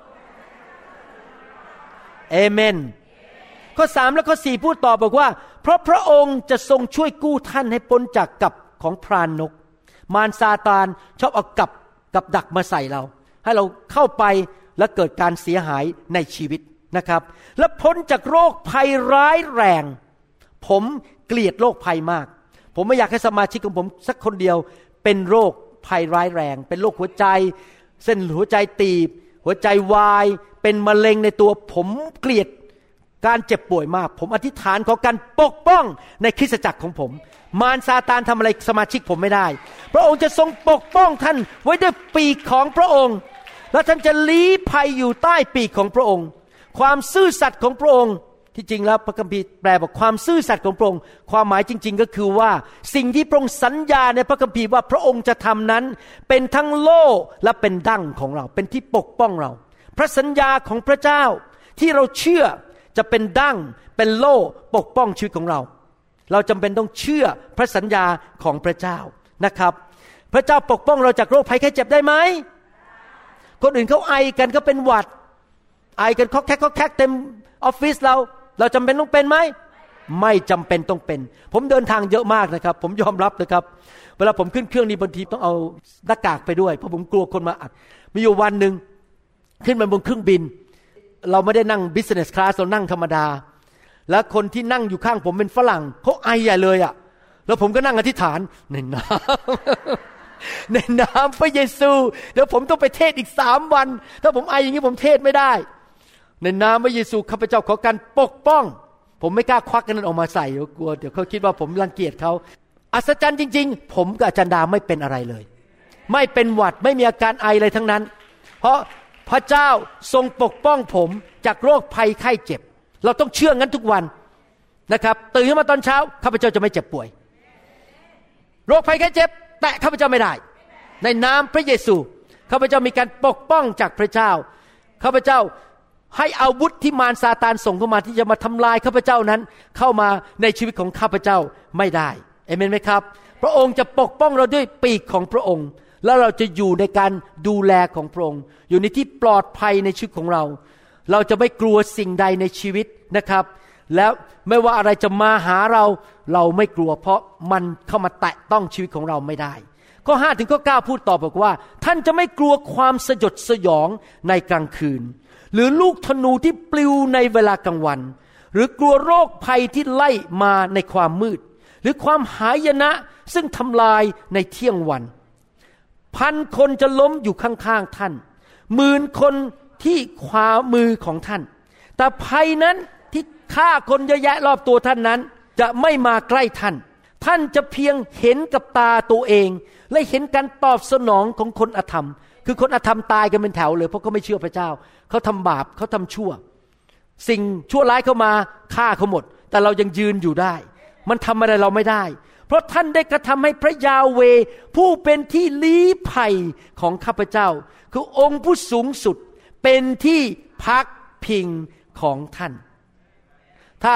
เอเมนข้อสามและข้อสี่พูดต่อบอกว่าเพราะพระองค์จะทรงช่วยกู้ท่านให้พ้นจากกับของพรานนกมารซาตานชอบเอากับกับดักมาใส่เราให้เราเข้าไปและเกิดการเสียหายในชีวิตนะครับและพ้นจากโรคภัยร้ายแรงผมเกลียดโรคภัยมากผมไม่อยากให้สมาชิกของผมสักคนเดียวเป็นโรคภัยร้ายแรงเป็นโรคหัวใจเส้นหัวใจตีบหัวใจวายเป็นมะเร็งในตัวผมเกลียดการเจ็บป่วยมากผมอธิษฐานขอการปกป้องในคริสตจักรของผมมารซาตานทำอะไรสมาชิกผมไม่ได้พระองค์จะทรงปกป้องท่านไว้ด้วยปีกของพระองค์และท่านจะลี้ภัยอยู่ใต้ปีกของพระองค์ความซื่อสัตย์ของพระองค์ที่จริงแล้วพระคัมภีร์แปลบอกความซื่อสัตย์ของพระองค์ความหมายจริงๆก็คือว่าสิ่งที่พระองค์สัญญาในพระคัมภีร์ว่าพระองค์จะทำนั้นเป็นทั้งโล่และเป็นดั้งของเราเป็นที่ปกป้องเราพระสัญญาของพระเจ้าที่เราเชื่อจะเป็นดั้งเป็นโล่ปกป้องชีวิตของเราเราจำเป็นต้องเชื่อพระสัญญาของพระเจ้านะครับพระเจ้าปกป้องเราจากโรคภัยไข้เจ็บได้ไหมคนอื่นเขาไอกันก็เป็นหวัดไอกันคอกแคกคอกแคกเต็มออฟฟิศเราเราจำเป็นต้องเป็นไหมไม่จำเป็นต้องเป็นผมเดินทางเยอะมากนะครับผมยอมรับนะครับเวลาผมขึ้นเครื่องนี้บางทีต้องเอาหน้ากากไปด้วยเพราะผมกลัวคนมาอัดมีอยู่วันนึงขึ้นมาบนเครื่องบินเราไม่ได้นั่ง business class เรานั่งธรรมดาแล้วคนที่นั่งอยู่ข้างผมเป็นฝรั่งเขาไอใหญ่เลยอ่ะแล้วผมก็นั่งอธิษฐานในน้ำในน้ำพระเยซูเดี๋ยวผมต้องไปเทศอีกสามวันถ้าผมไออย่างนี้ผมเทศไม่ได้ในน้ำพระเยซูข้าพเจ้าขอการปกป้องผมไม่กล้าควักกันนั้นออกมาใส่เดี๋ยวกลัวเดี๋ยวเขาคิดว่าผมรังเกียจเขาอัศจรรย์จริงๆผมกับอาจารย์ดาไม่เป็นอะไรเลยไม่เป็นหวัดไม่มีอาการไออะไรทั้งนั้นเพราะพระเจ้าทรงปกป้องผมจากโรคภัยไข้เจ็บเราต้องเชื่องั้นทุกวันนะครับตื่นขึ้นมาตอนเช้าข้าพเจ้าจะไม่เจ็บป่วยโรคภัยไข้เจ็บแตะข้าพเจ้าไม่ได้ในนามพระเยซูข้าพเจ้ามีการปกป้องจากพระเจ้าข้าพเจ้าให้อาวุธที่มารซาตานส่งเข้ามาที่จะมาทำลายข้าพเจ้านั้นเข้ามาในชีวิตของข้าพเจ้าไม่ได้เอเมนไหมครับพระองค์จะปกป้องเราด้วยปีกของพระองค์แล้วเราจะอยู่ในการดูแลของพระองค์อยู่ในที่ปลอดภัยในชีวิตของเราเราจะไม่กลัวสิ่งใดในชีวิตนะครับแล้วไม่ว่าอะไรจะมาหาเราเราไม่กลัวเพราะมันเข้ามาแตะต้องชีวิตของเราไม่ได้ข้อห้าถึงข้อเก้าพูดต่อบอกว่าท่านจะไม่กลัวความสยดสยองในกลางคืนหรือลูกธนูที่ปลิวในเวลากลางวันหรือกลัวโรคภัยที่ไล่มาในความมืดหรือความหายนะซึ่งทำลายในเที่ยงวันพันคนจะล้มอยู่ข้างๆท่านหมื่นคนที่ขวามือของท่านแต่ภัยนั้นที่ฆ่าคนเยอะแยะรอบตัวท่านนั้นจะไม่มาใกล้ท่านท่านจะเพียงเห็นกับตาตัวเองและเห็นการตอบสนองของคนอธรรมคือคนอธรรมตายกันเป็นแถวเลยเพราะเขาไม่เชื่อพระเจ้าเขาทำบาปเขาทำชั่วสิ่งชั่วร้ายเข้ามาฆ่าเขาหมดแต่เรายังยืนอยู่ได้มันทำอะไรเราไม่ได้เพราะท่านได้กระทำให้พระยาเวห์ผู้เป็นที่ลี้ภัยของข้าพเจ้าคือองค์ผู้สูงสุดเป็นที่พักพิงของท่านถ้า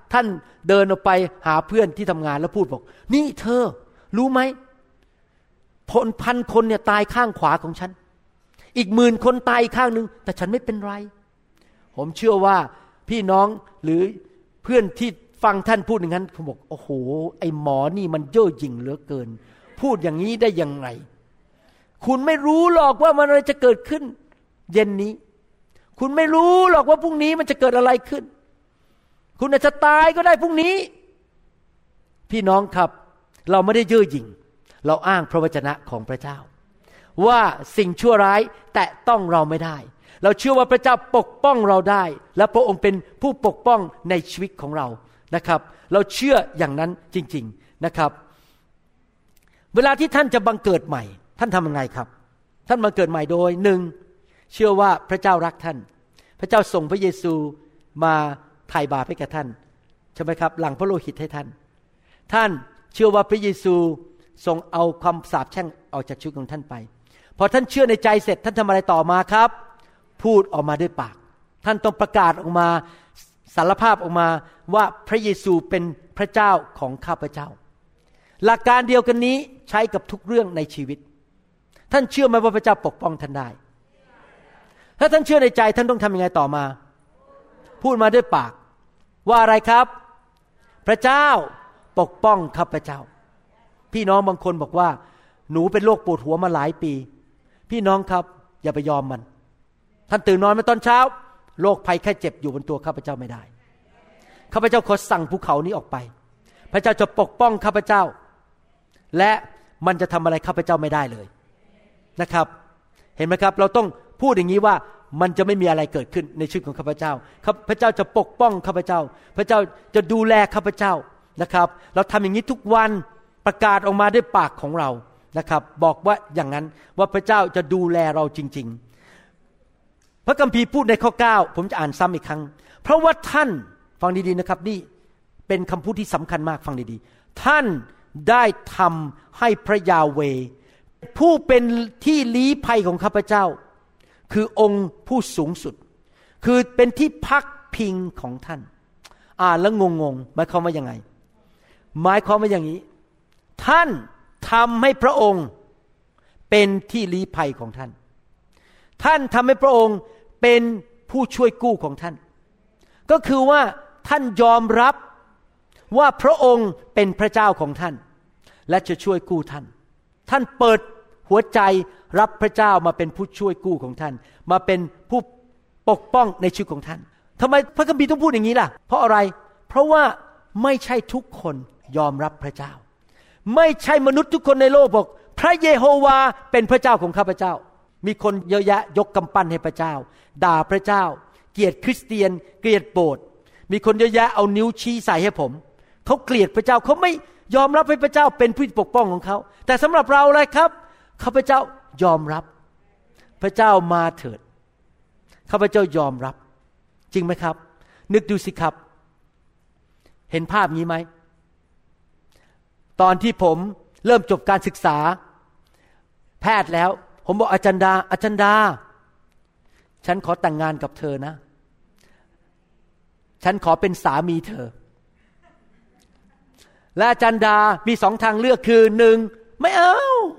ท่านเดินออกไปหาเพื่อนที่ทำงานแล้วพูดบอกนี่เธอรู้ไหมพลพันคนเนี่ยตายข้างขวาของฉันอีกหมื่นคนตายอีกข้างนึงแต่ฉันไม่เป็นไรผมเชื่อว่าพี่น้องหรือเพื่อนที่ฟังท่านพูดอย่างนั้นผมบอกโอ้โหไอ้หมอนี่มันเย่อหยิ่งเหลือเกินพูดอย่างนี้ได้ยังไงคุณไม่รู้หรอกว่ามันอะไรจะเกิดขึ้นเย็นนี้คุณไม่รู้หรอกว่าพรุ่งนี้มันจะเกิดอะไรขึ้นคุณอาจจะตายก็ได้พรุ่งนี้พี่น้องครับเราไม่ได้เย่อหยิ่งเราอ้างพระวจนะของพระเจ้าว่าสิ่งชั่วร้ายแตะต้องเราไม่ได้เราเชื่อว่าพระเจ้าปกป้องเราได้และพระองค์เป็นผู้ปกป้องในชีวิตของเรานะครับเราเชื่ออย่างนั้นจริงๆนะครับเวลาที่ท่านจะบังเกิดใหม่ท่านทำยังไงครับท่านบังเกิดใหม่โดยหนึ่งเชื่อว่าพระเจ้ารักท่านพระเจ้าส่งพระเยซูมาไถ่บาปให้แก่ท่านใช่ไหมครับหลั่งพระโลหิตให้ท่านท่านเชื่อว่าพระเยซูทรงเอาความสาปแช่งออกจากชีวิตของท่านไปพอท่านเชื่อในใจเสร็จท่านทำอะไรต่อมาครับพูดออกมาด้วยปากท่านต้องประกาศออกมาสารภาพออกมาว่าพระเยซูเป็นพระเจ้าของข้าพเจ้าหลักการเดียวกันนี้ใช้กับทุกเรื่องในชีวิตท่านเชื่อไหมว่าพระเจ้าปกป้องท่านได้ถ้าท่านเชื่อในใจท่านต้องทำยังไงต่อมาพูดมาด้วยปากว่าอะไรครับพระเจ้าปกป้องข้าพเจ้าพี่น้องบางคนบอกว่าหนูเป็นโรคปวดหัวมาหลายปีพี่น้องครับอย่าไปยอมมันท่านตื่นนอนมาตอนเช้าโรคภัยแค่เจ็บอยู่บนตัวข้าพเจ้าไม่ได้ข้าพเจ้าขอสั่งภูเขานี้ออกไปพระเจ้าจะปกป้องข้าพเจ้าและมันจะทำอะไรข้าพเจ้าไม่ได้เลยนะครับเห็นไหมครับเราต้องพูดอย่างนี้ว่ามันจะไม่มีอะไรเกิดขึ้นในชีวิตของข้าพเจ้าพระเจ้าจะปกป้องข้าพเจ้าพระเจ้าจะดูแลข้าพเจ้านะครับเราทำอย่างนี้ทุกวันประกาศออกมาด้วยปากของเรานะครับบอกว่าอย่างนั้นว่าพระเจ้าจะดูแลเราจริงๆพระคัมภีร์พูดในข้อเก้าผมจะอ่านซ้ำอีกครั้งเพราะว่าท่านฟังดีๆนะครับนี่เป็นคำพูดที่สำคัญมากฟังดีๆท่านได้ทำให้พระยาเวห์ผู้เป็นที่ลี้ภัยของข้าพเจ้าคือองค์ผู้สูงสุดคือเป็นที่พักพิงของท่านอ่านแล้วงงๆหมายความว่ายังไงหมายความว่าอย่างนี้ท่านทำให้พระองค์เป็นที่ลี้ภัยของท่านท่านทำให้พระองค์เป็นผู้ช่วยกู้ของท่านก็คือว่าท่านยอมรับว่าพระองค์เป็นพระเจ้าของท่านและจะช่วยกู้ท่านท่านเปิดหัวใจรับพระเจ้ามาเป็นผู้ช่วยกู้ของท่านมาเป็นผู้ปกป้องในชีวิตของท่านทำไมพระคัมภีร์ต้องพูดอย่างนี้ล่ะเพราะอะไรเพราะว่าไม่ใช่ทุกคนยอมรับพระเจ้าไม่ใช่มนุษย์ทุกคนในโลกบอกพระเยโฮวาเป็นพระเจ้าของข้าพเจ้ามีคนเยอะแยะยกกำปั้นให้พระเจ้าด่าพระเจ้าเกลียดคริสเตียนเกลียดโบสถ์มีคนเยอะแยะเอานิ้วชี้ใส่ให้ผมเขาเกลียดพระเจ้าเขาไม่ยอมรับให้พระเจ้าเป็นผู้ปกป้องของเขาแต่สำหรับเราอะไรครับข้าพเจ้ายอมรับพระเจ้ามาเถิดข้าพเจ้ายอมรับจริงไหมครับนึกดูสิครับเห็นภาพนี้ไหมตอนที่ผมเริ่มจบการศึกษาแพทย์แล้วผมบอกอาจารย์ดาอาจารย์ดาฉันขอแต่งงานกับเธอนะฉันขอเป็นสามีเธอและอาจารย์ดามีสองทางเลือกคือหนึ่งไม่เอา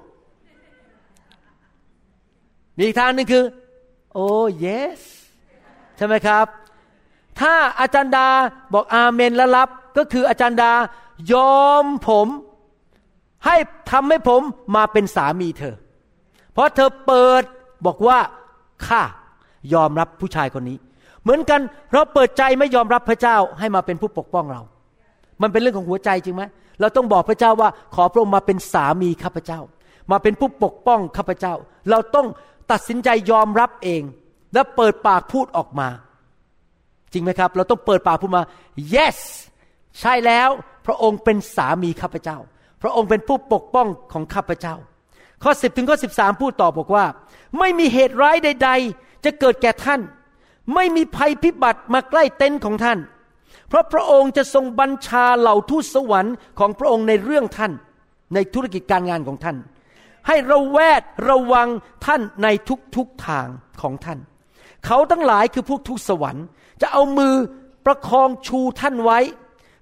มีอีกทางนึงคือโอ้ yes ใช่ไหมครับถ้าอาจารย์ดาบอกอาเมนและรับก็คืออาจารย์ดายอมผมให้ทำให้ผมมาเป็นสามีเธอเพราะเธอเปิดบอกว่าข้ายอมรับผู้ชายคนนี้เหมือนกันเราเปิดใจไม่ยอมรับพระเจ้าให้มาเป็นผู้ปกป้องเรามันเป็นเรื่องของหัวใจจริงไหมเราต้องบอกพระเจ้าว่าขอพระองค์มาเป็นสามีข้าพเจ้ามาเป็นผู้ปกป้องข้าพเจ้าเราต้องตัดสินใจยอมรับเองและเปิดปากพูดออกมาจริงไหมครับเราต้องเปิดปากพูดมา yes ใช่แล้วพระองค์เป็นสามีข้าพเจ้าพระองค์เป็นผู้ปกป้องของข้าพเจ้าข้อสิบถึงข้อสิบสามพูดต่อบอกว่าไม่มีเหตุร้ายใดๆจะเกิดแก่ท่านไม่มีภัยพิบัติมาใกล้เต็นท์ของท่านเพราะพระองค์จะทรงบัญชาเหล่าทูตสวรรค์ของพระองค์ในเรื่องท่านในธุรกิจการงานของท่านให้ระแวดระวังท่านในทุกๆทางของท่านเขาทั้งหลายคือพวกทูตสวรรค์จะเอามือประคองชูท่านไว้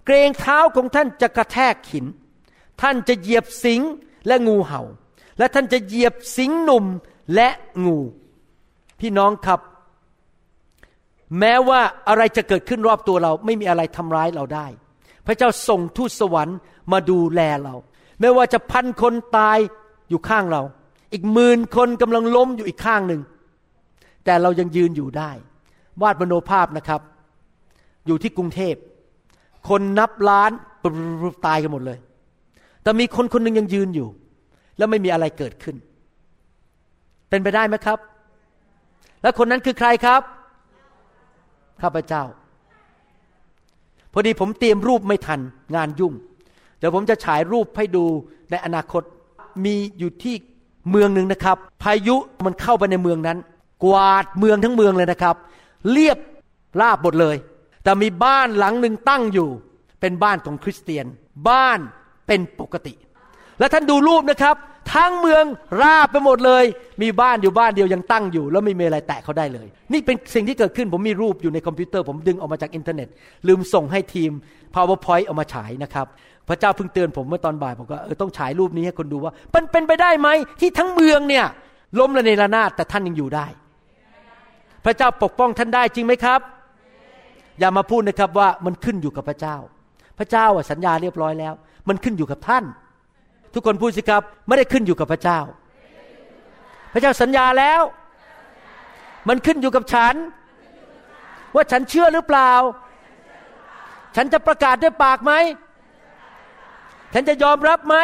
เกรงเท้าของท่านจะกระแทกหินท่านจะเหยียบสิงและงูเห่าและท่านจะเหยียบสิงหนุ่มและงูพี่น้องครับแม้ว่าอะไรจะเกิดขึ้นรอบตัวเราไม่มีอะไรทำร้ายเราได้พระเจ้าส่งทูตสวรรค์มาดูแลเราไม่ว่าจะพันคนตายอยู่ข้างเราอีกหมื่นคนกำลังล้มอยู่อีกข้างหนึ่งแต่เรายังยืนอยู่ได้วาดมโนภาพนะครับอยู่ที่กรุงเทพคนนับล้านตายกันหมดเลยแต่มีคนคนหนึ่งยังยืนอยู่แล้วไม่มีอะไรเกิดขึ้นเป็นไปได้ไหมครับแล้วคนนั้นคือใครครับข้าพเจ้าพอดีผมเตรียมรูปไม่ทันงานยุ่งเดี๋ยวผมจะฉายรูปให้ดูในอนาคตมีอยู่ที่เมืองหนึ่งนะครับพายุมันเข้าไปในเมืองนั้นกวาดเมืองทั้งเมืองเลยนะครับเรียบราบหมดเลยแต่มีบ้านหลังหนึ่งตั้งอยู่เป็นบ้านของคริสเตียนบ้านเป็นปกติและท่านดูรูปนะครับทั้งเมืองราบไปหมดเลยมีบ้านอยู่บ้านเดียวยังตั้งอยู่แล้วไม่มีอะไรแตะเขาได้เลยนี่เป็นสิ่งที่เกิดขึ้นผมมีรูปอยู่ในคอมพิวเตอร์ผมดึงออกมาจากอินเทอร์เน็ตลืมส่งให้ทีม PowerPoint เอามาฉายนะครับพระเจ้าเพิ่งเตือนผมเมื่อตอนบ่ายบอกว่าเออต้องฉายรูปนี้ให้คนดูว่ามันเป็นไปได้ไหมที่ทั้งเมืองเนี่ยล้มระเนระนาดแต่ท่านยังอยู่ได้พระเจ้าปกป้องท่านได้จริงไหมครับอย่ามาพูดนะครับว่ามันขึ้นอยู่กับพระเจ้าพระเจ้าสัญญาเรียบร้อยแล้วมันขึ้นอยู่กับท่านทุกคนพูดสิครับไม่ได้ขึ้นอยู่กับพระเจ้าพระเจ้าสัญญาแล้วมันขึ้นอยู่กับฉันว่าฉันเชื่อหรือเปล่าฉันจะประกาศด้วยปากไหมฉันจะยอมรับไหม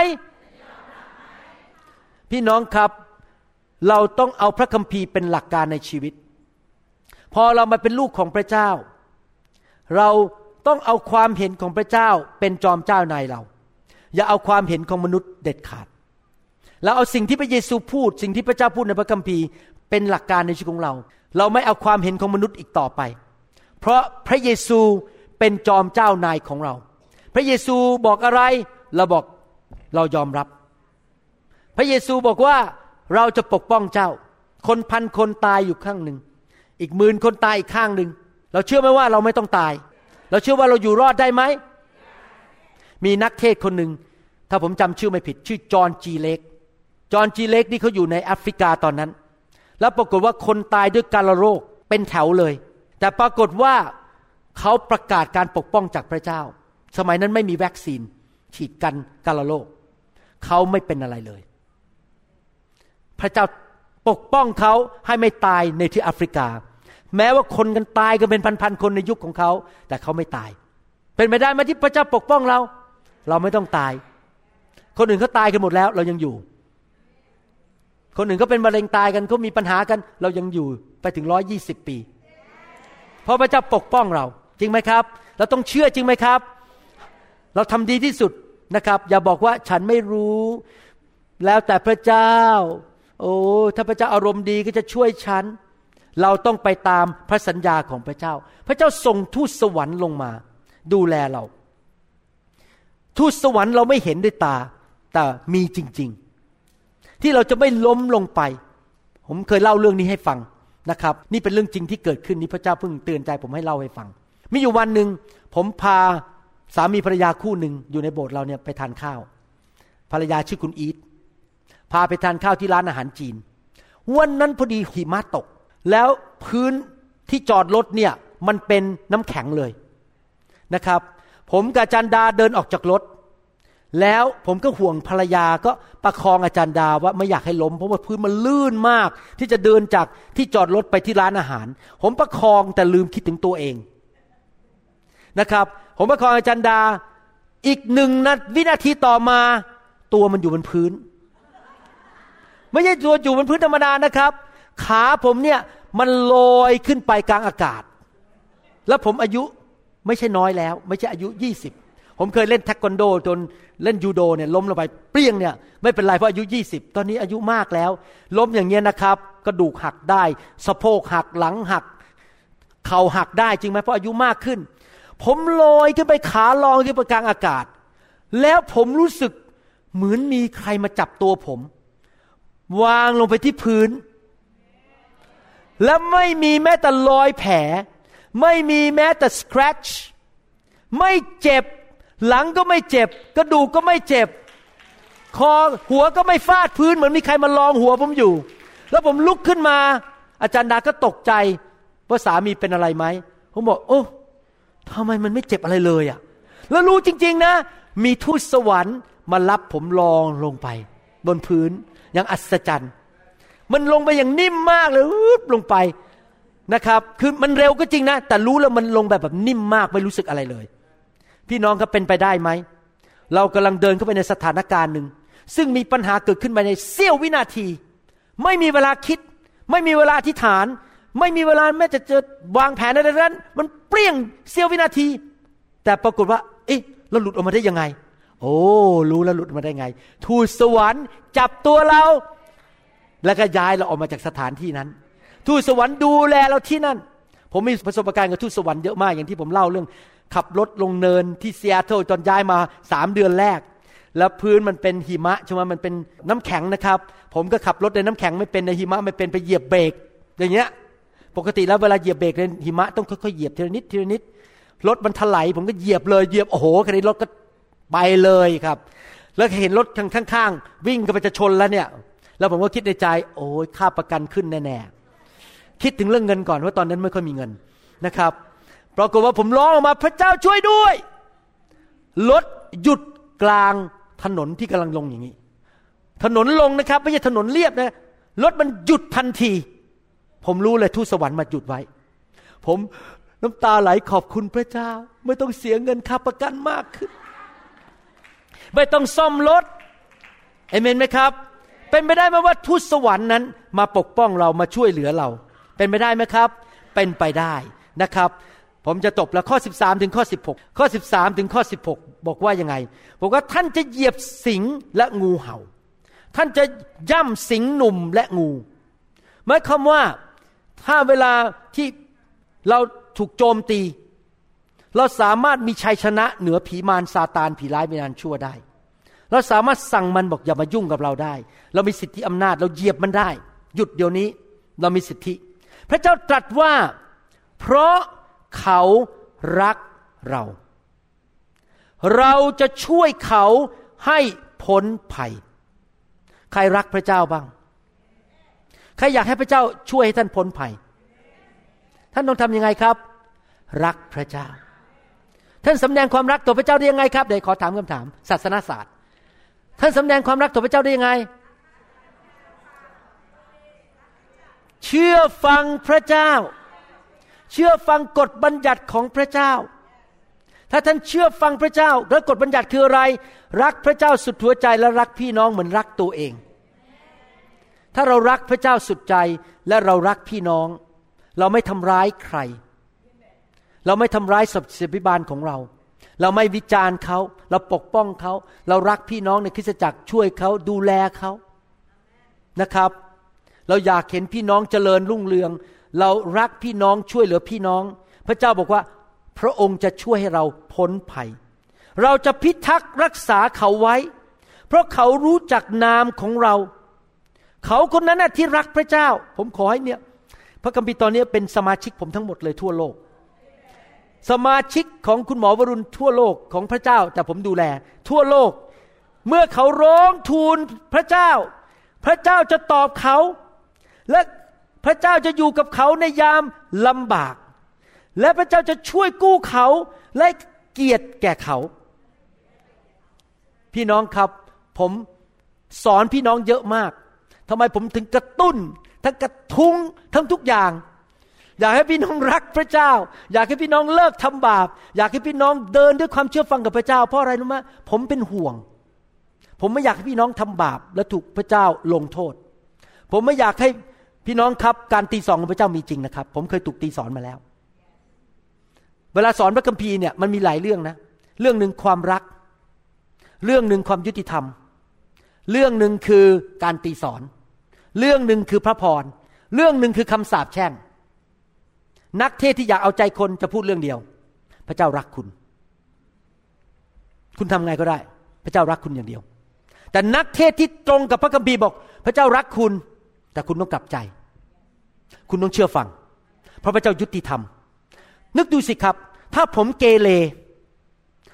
พี่น้องครับเราต้องเอาพระคัมภีร์เป็นหลักการในชีวิตพอเรามาเป็นลูกของพระเจ้าเราต้องเอาความเห็นของพระเจ้าเป็นจอมเจ้านายเราอย่าเอาความเห็นของมนุษย์เด็ดขาดแล้วเอาสิ่งที่พระเยซูพูดสิ่งที่พระเจ้าพูดในพระคัมภีร์เป็นหลักการในชีวิตของเราเราไม่เอาความเห็นของมนุษย์อีกต่อไปเพราะพระเยซูเป็นจอมเจ้านายของเราพระเยซูบอกอะไรเราบอกเรายอมรับพระเยซูบอกว่าเราจะปกป้องเจ้าคนพันคนตายอยู่ข้างหนึ่งอีกหมื่นคนตายอีกข้างหนึ่งเราเชื่อไหมว่าเราไม่ต้องตายเราเชื่อว่าเราอยู่รอดได้ไหมมีนักเทศคนหนึ่งถ้าผมจำชื่อไม่ผิดชื่อจอห์นจีเล็กจอห์นจีเล็กนี่เขาอยู่ในแอฟริกาตอนนั้นแล้วปรากฏว่าคนตายด้วยกาฬโรคเป็นแถวเลยแต่ปรากฏว่าเขาประกาศการปกป้องจากพระเจ้าสมัยนั้นไม่มีวัคซีนฉีดกันกาฬโรคเขาไม่เป็นอะไรเลยพระเจ้าปกป้องเขาให้ไม่ตายในที่แอฟริกาแม้ว่าคนกันตายกันเป็นพันๆคนในยุคของเขาแต่เขาไม่ตายเป็นไปได้ไหมที่พระเจ้าปกป้องเราเราไม่ต้องตายคนอื่นเขาตายกันหมดแล้วเรายังอยู่คนอื่นเขาเป็นมะเร็งตายกันเขามีปัญหากันเรายังอยู่ไปถึงหนึ่งร้อยยี่สิบปีเพราะพระเจ้าปกป้องเราจริงไหมครับเราต้องเชื่อจริงไหมครับเราทำดีที่สุดนะครับอย่าบอกว่าฉันไม่รู้แล้วแต่พระเจ้าโอ้ถ้าพระเจ้าอารมณ์ดีก็จะช่วยฉันเราต้องไปตามพระสัญญาของพระเจ้าพระเจ้าส่งทูตสวรรค์ลงมาดูแลเราทูตสวรรค์เราไม่เห็นด้วยตาแต่มีจริงๆที่เราจะไม่ล้มลงไปผมเคยเล่าเรื่องนี้ให้ฟังนะครับนี่เป็นเรื่องจริงที่เกิดขึ้นนี่พระเจ้าเพิ่งเตือนใจผมให้เล่าให้ฟังมีอยู่วันหนึ่งผมพาสามีภรรยาคู่หนึ่งอยู่ในโบสถ์เราเนี่ยไปทานข้าวภรรยาชื่อคุณอีทพาไปทานข้าวที่ร้านอาหารจีนวันนั้นพอดีหิมะตกแล้วพื้นที่จอดรถเนี่ยมันเป็นน้ำแข็งเลยนะครับผมกับอาจารย์ดาเดินออกจากรถแล้วผมก็ห่วงภรรยาก็ประคองอาจารย์ดาว่าไม่อยากให้ล้มเพราะว่าพื้นมันลื่นมากที่จะเดินจากที่จอดรถไปที่ร้านอาหารผมประคองแต่ลืมคิดถึงตัวเองนะครับผมประคองอาจารย์ดาอีกหนึ่งนาทีวินาทีต่อมาตัวมันอยู่บนพื้นไม่ใช่ตัวอยู่บนพื้นธรรมดานะครับขาผมเนี่ยมันลอยขึ้นไปกลางอากาศแล้วผมอายุไม่ใช่น้อยแล้วไม่ใช่อายุยี่สิบผมเคยเล่นเทควันโดจนเล่นยูโดเนี่ยล้มลงไปเปรี้ยงเนี่ยไม่เป็นไรเพราะอายุยี่สิบตอนนี้อายุมากแล้วล้มอย่างเงี้ยนะครับกระดูกหักได้สะโพกหักหลังหักเข่าหักได้จริงไหมเพราะอายุมากขึ้นผมลอยขึ้นไปขาลอยขึ้นไปกลางอากาศแล้วผมรู้สึกเหมือนมีใครมาจับตัวผมวางลงไปที่พื้นและไม่มีแม้แต่รอยแผลไม่มีแม้แต่ scratch ไม่เจ็บหลังก็ไม่เจ็บกระดูกก็ไม่เจ็บคอหัวก็ไม่ฟาดพื้นเหมือนมีใครมาลองหัวผมอยู่แล้วผมลุกขึ้นมาอาจารย์ดาก็ตกใจว่าสามีเป็นอะไรไหมผมบอกโอ้ทำไมมันไม่เจ็บอะไรเลยอ่ะแล้วรู้จริงๆนะมีทูตสวรรค์มารับผมลองลงไปบนพื้นอย่างอัศจรรย์มันลงไปอย่างนิ่มมากเลยลงไปนะครับคือมันเร็วก็จริงนะแต่รู้แล้วมันลงแบบแบบนิ่มมากไม่รู้สึกอะไรเลยพี่น้องก็เป็นไปได้ไหมเรากำลังเดินเข้าไปในสถานการณ์หนึ่งซึ่งมีปัญหาเกิดขึ้นไปในเสี้ยววินาทีไม่มีเวลาคิดไม่มีเวลาอธิษฐานไม่มีเวลาแม้จะจะวางแผนอะไรนั้นมันเปรี้ยงเสี้ยววินาทีแต่ปรากฏว่าเอ๊ะเราหลุดออกมาได้ยังไงโอ้รู้แล้วหลุดมาได้ไงทูตสวรรค์จับตัวเราแล้วก็ย้ายเราออกมาจากสถานที่นั้นทูตสวรรค์ดูแลเราที่นั่นผมมีประสบการณ์กับทูตสวรรค์เยอะมากอย่างที่ผมเล่าเรื่องขับรถลงเนินที่ซีแอตเทิลตอนย้ายมาสามเดือนแรกแล้วพื้นมันเป็นหิมะใช่ไหมมันเป็นน้ำแข็งนะครับผมก็ขับรถในน้ำแข็งไม่เป็นในหิมะไม่เป็นไปเหยียบเบรกอย่างเงี้ยปกติแล้วเวลาเหยียบเบรกในหิมะต้องค่อยๆเหยียบทีละนิดทีละนิดรถมันถลายผมก็เหยียบเลยเหยียบโอ้โหคันนี้รถก็ไปเลยครับแล้วเห็นรถข้างๆวิ่งก็ไปจะชนแล้วเนี่ยแล้วผมก็คิดในใจโอ้ยค่าประกันขึ้นแน่ๆคิดถึงเรื่องเงินก่อนว่าตอนนั้นไม่ค่อยมีเงินนะครับปรากฏว่าผมร้องออกมาพระเจ้าช่วยด้วยรถหยุดกลางถนนที่กำลังลงอย่างนี้ถนนลงนะครับไม่ใช่ถนนเรียบนะรถมันหยุดทันทีผมรู้เลยทูตสวรรค์มาหยุดไว้ผมน้ำตาไหลขอบคุณพระเจ้าไม่ต้องเสียเงินค่าประกันมากขึ้นไม่ต้องซ่อมรถเอเมนไหมครับเป็นไปได้ไหมว่าทูตสวรรค์นั้นมาปกป้องเรามาช่วยเหลือเราเป็นไปได้ไหมครับเป็นไปได้นะครับผมจะจบแล้วข้อสิบสามถึงข้อสิบหกข้อสิบสามถึงข้อสิบหกบอกว่ายังไงบอกว่าท่านจะเหยียบสิงและงูเห่าท่านจะย่ำสิงหนุ่มและงูหมายความว่าถ้าเวลาที่เราถูกโจมตีเราสามารถมีชัยชนะเหนือผีมารซาตานผีร้ายวิญญาณชั่วได้เราสามารถสั่งมันบอกอย่ามายุ่งกับเราได้เรามีสิทธิอำนาจเราเหยียบมันได้หยุดเดี๋ยวนี้เรามีสิทธิพระเจ้าตรัสว่าเพราะเขารักเราเราจะช่วยเขาให้พ้นภัยใครรักพระเจ้าบ้างใครอยากให้พระเจ้าช่วยให้ท่านพ้นภัยท่านต้องทำยังไงครับรักพระเจ้าท่านสำแดงความรักต่อพระเจ้าได้ยังไงครับเดี๋ยวขอถามคำถามศาสนศาสตร์ท่านสำแดงความรักต่อพระเจ้าได้ยังไงเชื่อฟังพระเจ้าเชื่อฟังกฎบัญญัติของพระเจ้าถ้าท่านเชื่อฟังพระเจ้าแล้วกฎบัญญัติคืออะไรรักพระเจ้าสุดหัวใจและรักพี่น้องเหมือนรักตัวเองถ้าเรารักพระเจ้าสุดใจและเรารักพี่น้องเราไม่ทำร้ายใครเราไม่ทำร้ายศิษยาภิบาลของเราเราไม่วิจารณ์เขาเราปกป้องเขาเรารักพี่น้องในคริสตจักรช่วยเขาดูแลเขานะครับเราอยากเห็นพี่น้องเจริญรุ่งเรืองเรารักพี่น้องช่วยเหลือพี่น้องพระเจ้าบอกว่าพระองค์จะช่วยให้เราพ้นภัยเราจะพิทักษ์รักษาเขาไว้เพราะเขารู้จักนามของเราเขาคนนั้นที่รักพระเจ้าผมขอให้เนี่ยพระคัมภีร์ตอนนี้เป็นสมาชิกผมทั้งหมดเลยทั่วโลกสมาชิกของคุณหมอวรุณทั่วโลกของพระเจ้าแต่ผมดูแลทั่วโลกเมื่อเขาร้องทูลพระเจ้าพระเจ้าจะตอบเขาและพระเจ้าจะอยู่กับเขาในยามลำบากและพระเจ้าจะช่วยกู้เขาและเกียรติแก่เขาพี่น้องครับผมสอนพี่น้องเยอะมากทำไมผมถึงกระตุ้นทั้งกระทุ้งทั้งทุกอย่างอยากให้พี่น้องรักพระเจ้าอยากให้พี่น้องเลิกทำบาปอยากให้พี่น้องเดินด้วยความเชื่อฟังกับพระเจ้าเพราะอะไรรู้ไหมผมเป็นห่วงผมไม่อยากให้พี่น้องทำบาปและถูกพระเจ้าลงโทษผมไม่อยากให้พี่น้องครับการตีสอนของพระเจ้ามีจริงนะครับผมเคยถูกตีสอนมาแล้วเวลาสอนพระคัมภีร์เนี่ยมันมีหลายเรื่องนะเรื่องนึงความรักเรื่องนึงความยุติธรรมเรื่องนึงคือการตีสอนเรื่องนึงคือพระพรเรื่องนึงคือคำสาปแช่งนักเทศที่อยากเอาใจคนจะพูดเรื่องเดียวพระเจ้ารักคุณคุณทำไงก็ได้พระเจ้ารักคุณอย่างเดียวแต่นักเทศที่ตรงกับพระคัมภีร์บอกพระเจ้ารักคุณแต่คุณต้องกลับใจคุณต้องเชื่อฟังเพราะพระเจ้ายุติธรรมนึกดูสิครับถ้าผมเกเร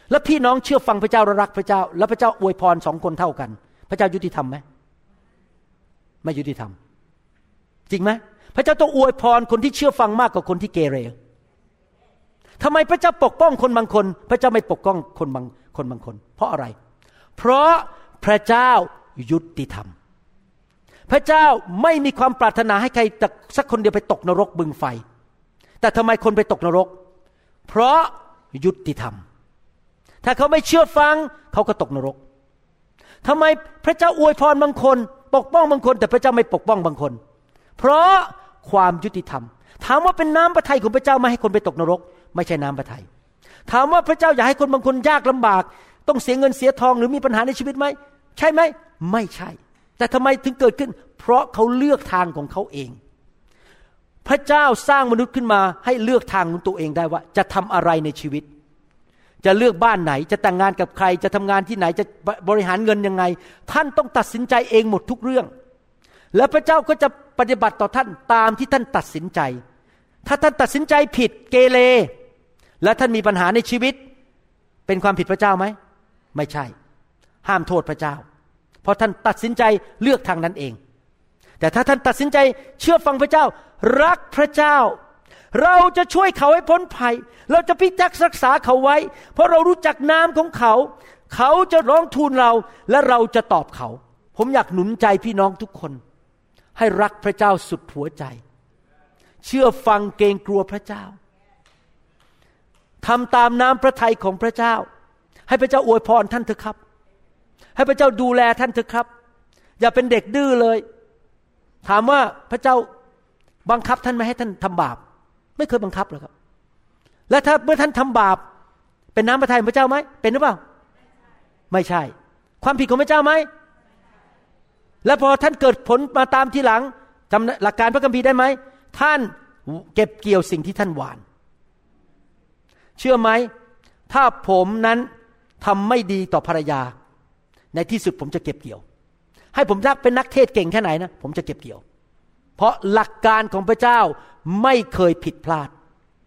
แล้วพี่น้องเชื่อฟังพระเจ้าและรักพระเจ้าแล้วพระเจ้าอวยพรสองคนเท่ากันพระเจ้ายุติธรรมไหมไม่ยุติธรรมจริงไหมพระเจ้าต้องอวยพรคนที่เชื่อฟังมากกว่าคนที่เกเรทำไมพระเจ้าปกป้องคนบางคนพระเจ้าไม่ปกป้องคนบางคนบางคนเพราะอะไรเพราะพระเจ้ายุติธรรมพระเจ้าไม่มีความปรารถนาให้ใครสักคนเดียวไปตกนรกบึงไฟแต่ทำไมคนไปตกนรกเพราะยุติธรรมถ้าเขาไม่เชื่อฟังเขาก็ตกนรกทำไมพระเจ้าอวยพรบางคนปกป้องบางคนแต่พระเจ้าไม่ปกป้องบางคนเพราะความยุติธรรมถามว่าเป็นน้ำพระทัยของพระเจ้าไม่ให้คนไปตกนรกไม่ใช่น้ำพระทัยถามว่าพระเจ้าอยากให้คนบางคนยากลำบากต้องเสียเงินเสียทองหรือมีปัญหาในชีวิตไหมใช่ไหมไม่ใช่แต่ทำไมถึงเกิดขึ้นเพราะเขาเลือกทางของเขาเองพระเจ้าสร้างมนุษย์ขึ้นมาให้เลือกทางของตัวเองได้ว่าจะทำอะไรในชีวิตจะเลือกบ้านไหนจะแต่งงานกับใครจะทำงานที่ไหนจะบริหารเงินยังไงท่านต้องตัดสินใจเองหมดทุกเรื่องและพระเจ้าก็จะปฏิบัติต่อท่านตามที่ท่านตัดสินใจถ้าท่านตัดสินใจผิดเกเรและท่านมีปัญหาในชีวิตเป็นความผิดพระเจ้าไหมไม่ใช่ห้ามโทษพระเจ้าเพราะท่านตัดสินใจเลือกทางนั้นเองแต่ถ้าท่านตัดสินใจเชื่อฟังพระเจ้ารักพระเจ้าเราจะช่วยเขาให้พ้นภัยเราจะพิทักษ์รักษาเขาไว้เพราะเรารู้จักนามของเขาเขาจะร้องทูลเราและเราจะตอบเขาผมอยากหนุนใจพี่น้องทุกคนให้รักพระเจ้าสุดหัวใจเชื่อฟังเกรงกลัวพระเจ้าทำตามน้ำพระทัยของพระเจ้าให้พระเจ้าอวยพรท่านเถอะครับให้พระเจ้าดูแลท่านเถอะครับอย่าเป็นเด็กดื้อเลยถามว่าพระเจ้าบังคับท่านไม่ให้ท่านทำบาปไม่เคยบังคับหรอกครับและถ้าเมื่อท่านทำบาปเป็นน้ำพระทัยของพระเจ้าไหมเป็นหรือเปล่าไม่ใช่ความผิดของพระเจ้าไหมและพอท่านเกิดผลมาตามทีหลังจำหลักการพระคัมภีร์ได้ไหมท่านเก็บเกี่ยวสิ่งที่ท่านหว่านเชื่อไหมถ้าผมนั้นทำไม่ดีต่อภรรยาในที่สุดผมจะเก็บเกี่ยวให้ผมรักเป็นนักเทศเก่งแค่ไหนนะผมจะเก็บเกี่ยวเพราะหลักการของพระเจ้าไม่เคยผิดพลาด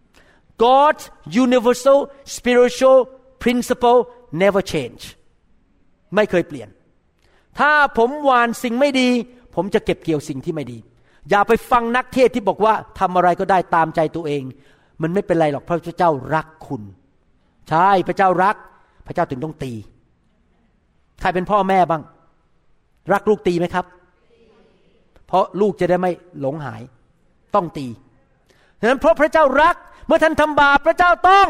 God's universal spiritual principle never change ไม่เคยเปลี่ยนถ้าผมหว่านสิ่งไม่ดีผมจะเก็บเกี่ยวสิ่งที่ไม่ดีอย่าไปฟังนักเทศที่บอกว่าทำอะไรก็ได้ตามใจตัวเองมันไม่เป็นไรหรอกเพราะพระเจ้ารักคุณใช่พระเจ้ารักพระเจ้าถึงต้องตีใครเป็นพ่อแม่บ้างรักลูกตีไหมครับเพราะลูกจะได้ไม่หลงหายต้องตีฉะนั้นเพราะพระเจ้ารักเมื่อท่านทำบาปพระเจ้าต้อง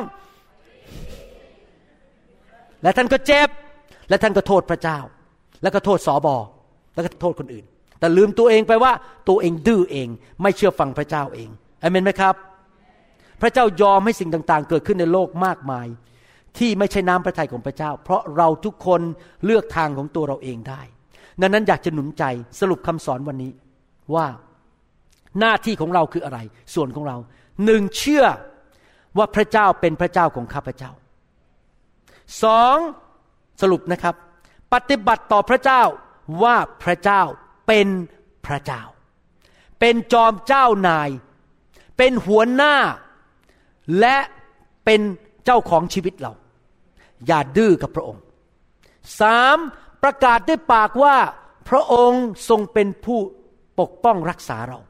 และท่านก็เจ็บและท่านก็โทษพระเจ้าแล้วก็โทษสบแล้วก็โทษคนอื่นแต่ลืมตัวเองไปว่าตัวเองดื้อเองไม่เชื่อฟังพระเจ้าเองอาเมนไหมครับพระเจ้ายอมให้สิ่งต่างๆเกิดขึ้นในโลกมากมายที่ไม่ใช่น้ำพระทัยของพระเจ้าเพราะเราทุกคนเลือกทางของตัวเราเองได้ดังนั้นอยากจะหนุนใจสรุปคำสอนวันนี้ว่าหน้าที่ของเราคืออะไรส่วนของเราหนึ่งเชื่อว่าพระเจ้าเป็นพระเจ้าของข้าพเจ้าสองสรุปนะครับปฏิบัติต่อพระเจ้าว่าพระเจ้าเป็นพระเจ้าเป็นจอมเจ้านายเป็นหัวหน้าและเป็นเจ้าของชีวิตเราอย่าดื้อกับพระองค์สามประกาศด้วยปากว่าพระองค์ทรงเป็นผู้ปกป้องรักษาเรา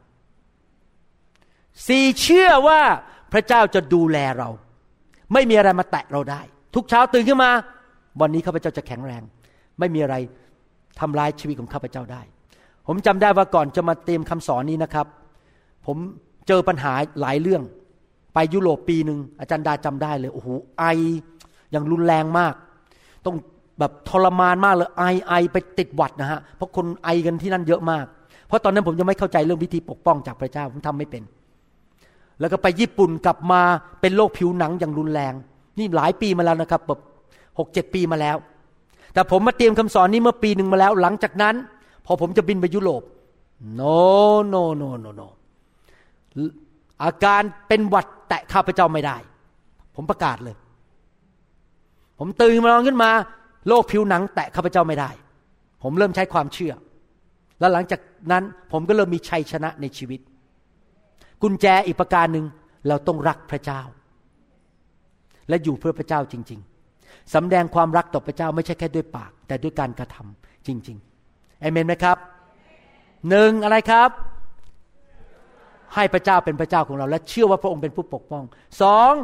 สี่เชื่อว่าพระเจ้าจะดูแลเราไม่มีอะไรมาแตะเราได้ทุกเช้าตื่นขึ้นมาวันนี้ข้าพเจ้าจะแข็งแรงไม่มีอะไรทำร้ายชีวิตของข้าพเจ้าได้ผมจำได้ว่าก่อนจะมาเตรียมคำสอนนี้นะครับผมเจอปัญหาหลายเรื่องไปยุโรปปีนึงอาจารย์ดาจำได้เลยโอ้โหไออย่างรุนแรงมากต้องแบบทรมานมากเลยไอไอไปติดหวัดนะฮะเพราะคนไอกันที่นั่นเยอะมากเพราะตอนนั้นผมยังไม่เข้าใจเรื่องวิธีปกป้องจากพระเจ้าผมทำไม่เป็นแล้วก็ไปญี่ปุ่นกลับมาเป็นโรคผิวหนังอย่างรุนแรงนี่หลายปีมาแล้วนะครับแบบหกเจ็ดปีมาแล้วแต่ผมมาเตรียมคำสอนนี้เมื่อปีหนึ่งมาแล้วหลังจากนั้นพอผมจะบินไปยุโรป no no no no no อาการเป็นหวัดแตะข้าพเจ้าไม่ได้ผมประกาศเลยผมตื่นมานอนขึ้นมาโรคผิวหนังแตะข้าพเจ้าไม่ได้ผมเริ่มใช้ความเชื่อแล้วหลังจากนั้นผมก็เริ่มมีชัยชนะในชีวิตกุญแจอีกประการหนึ่งเราต้องรักพระเจ้าและอยู่เพื่อพระเจ้าจริงสำแดงความรักต่อพระเจ้าไม่ใช่แค่ด้วยปากแต่ด้วยการกระทำจริงๆอาเมนไหมครับหนึ่งอะไรครับให้พระเจ้าเป็นพระเจ้าของเราและเชื่อว่าพระองค์เป็นผู้ปกป้องสอง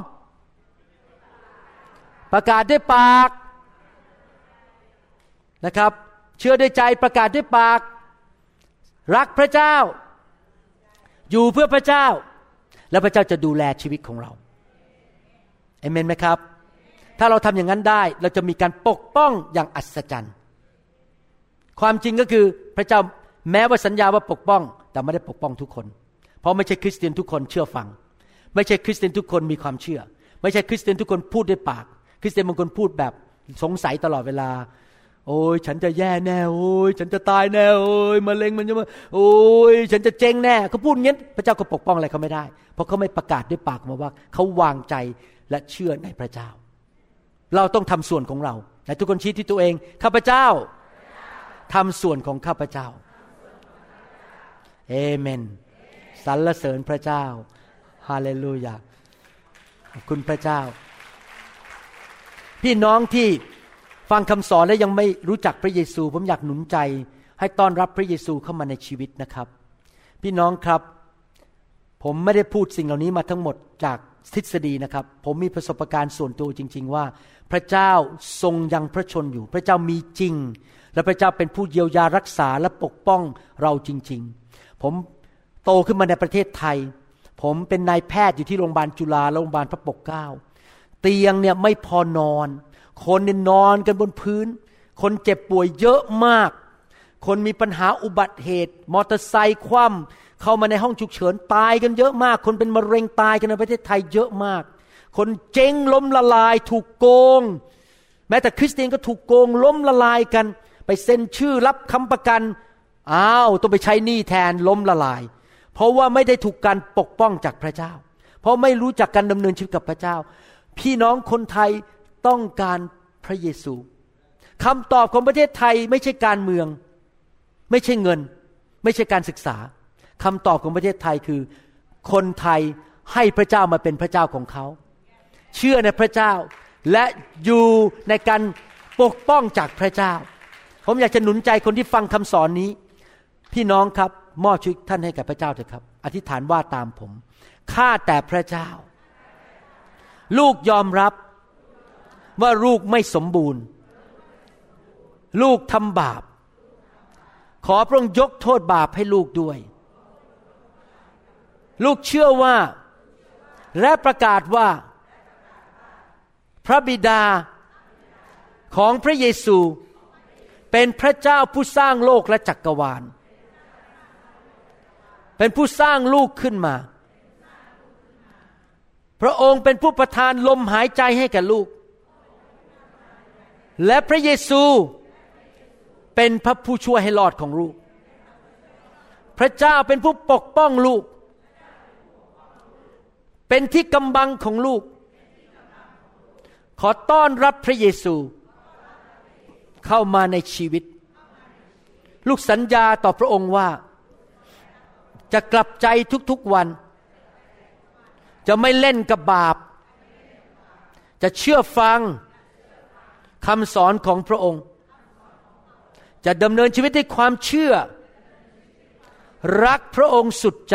ประกาศด้วยปากนะครับเชื่อด้วยใจประกาศด้วยปากรักพระเจ้าอยู่เพื่อพระเจ้าและพระเจ้าจะดูแลชีวิตของเราเอเมนไหมครับถ้าเราทำอย่างนั้นได้เราจะมีการปกป้องอย่างอัศจรรย์ความจริงก็คือพระเจ้าแม้ว่าสัญญาว่าปกป้องแต่ไม่ได้ปกป้องทุกคนเพราะไม่ใช่คริสเตียนทุกคนเชื่อฟังไม่ใช่คริสเตียนทุกคนมีความเชื่อไม่ใช่คริสเตียนทุกคนพูดด้วยปากคริสเตียนบางคนพูดแบบสงสัยตลอดเวลาโอ้ยฉันจะแย่แน่โอ้ยฉันจะตายแน่โอ้ยมะเร็งมันจะมาโอ้ยฉันจะเจ๊งแน่เขาพูดงี้พระเจ้าก็ปกป้องอะไรเขาไม่ได้เพราะเขาไม่ประกาศด้วยปากมาว่าเขาวางใจและเชื่อในพระเจ้าเราต้องทำส่วนของเราแต่ทุกคนชี้ที่ตัวเองข้าพเจ้าทำส่วนของข้าพเจ้าเอเมนสรรเสริญพระเจ้าฮาเลลูยาขอบคุณพระเจ้าพี่น้องที่ฟังคำสอนและยังไม่รู้จักพระเยซูผมอยากหนุนใจให้ต้อนรับพระเยซูเข้ามาในชีวิตนะครับพี่น้องครับผมไม่ได้พูดสิ่งเหล่านี้มาทั้งหมดจากทฤษฎีนะครับผมมีประสบการณ์ส่วนตัวจริงๆว่าพระเจ้าทรงยังพระชนอยู่พระเจ้ามีจริงและพระเจ้าเป็นผู้เยียวยารักษาและปกป้องเราจริงๆผมโตขึ้นมาในประเทศไทยผมเป็นนายแพทย์อยู่ที่โรงพยาบาลจุฬาและโรงพยาบาลพระปกเกล้าเตียงเนี่ยไม่พอนอนคนเนี่ยนอนกันบนพื้นคนเจ็บป่วยเยอะมากคนมีปัญหาอุบัติเหตุมอเตอร์ไซค์คว่ำเข้ามาในห้องฉุกเฉินตายกันเยอะมากคนเป็นมะเร็งตายกันในประเทศไทยเยอะมากคนเจ๊งล้มละลายถูกโกงแม้แต่คริสเตียนก็ถูกโกงล้มละลายกันไปเซ็นชื่อรับค้ำประกันอ้าวต้องไปใช้หนี้แทนล้มละลายเพราะว่าไม่ได้ถูกการปกป้องจากพระเจ้าเพราะไม่รู้จักการดำเนินชีวิตกับพระเจ้าพี่น้องคนไทยต้องการพระเยซูคำตอบของประเทศไทยไม่ใช่การเมืองไม่ใช่เงินไม่ใช่การศึกษาคำตอบของประเทศไทยคือคนไทยให้พระเจ้ามาเป็นพระเจ้าของเขาเชื่อในพระเจ้าและอยู่ในการปกป้องจากพระเจ้าผมอยากจะหนุนใจคนที่ฟังคำสอนนี้พี่น้องครับมอบชีวิตท่านให้กับพระเจ้าเถอะครับอธิษฐานว่าตามผมข้าแต่พระเจ้าลูกยอมรับว่าลูกไม่สมบูรณ์ลูกทำบาปขอพระองค์ยกโทษบาปให้ลูกด้วยลูกเชื่อว่าและประกาศว่าพระบิดาของพระเยซูเป็นพระเจ้าผู้สร้างโลกและจักรวาลเป็นผู้สร้างลูกขึ้นมาพระองค์เป็นผู้ประทานลมหายใจให้แก่ลูกและพระเยซูเป็นพระผู้ช่วยให้รอดของลูกพระเจ้าเป็นผู้ปกป้องลูกเป็นที่กำบังของลูกขอต้อนรับพระเยซูเข้ามาในชีวิตลูกสัญญาต่อพระองค์ว่าจะกลับใจทุกๆวันจะไม่เล่นกับบาปจะเชื่อฟังคำสอนของพระองค์จะดำเนินชีวิตด้วยความเชื่อรักพระองค์สุดใจ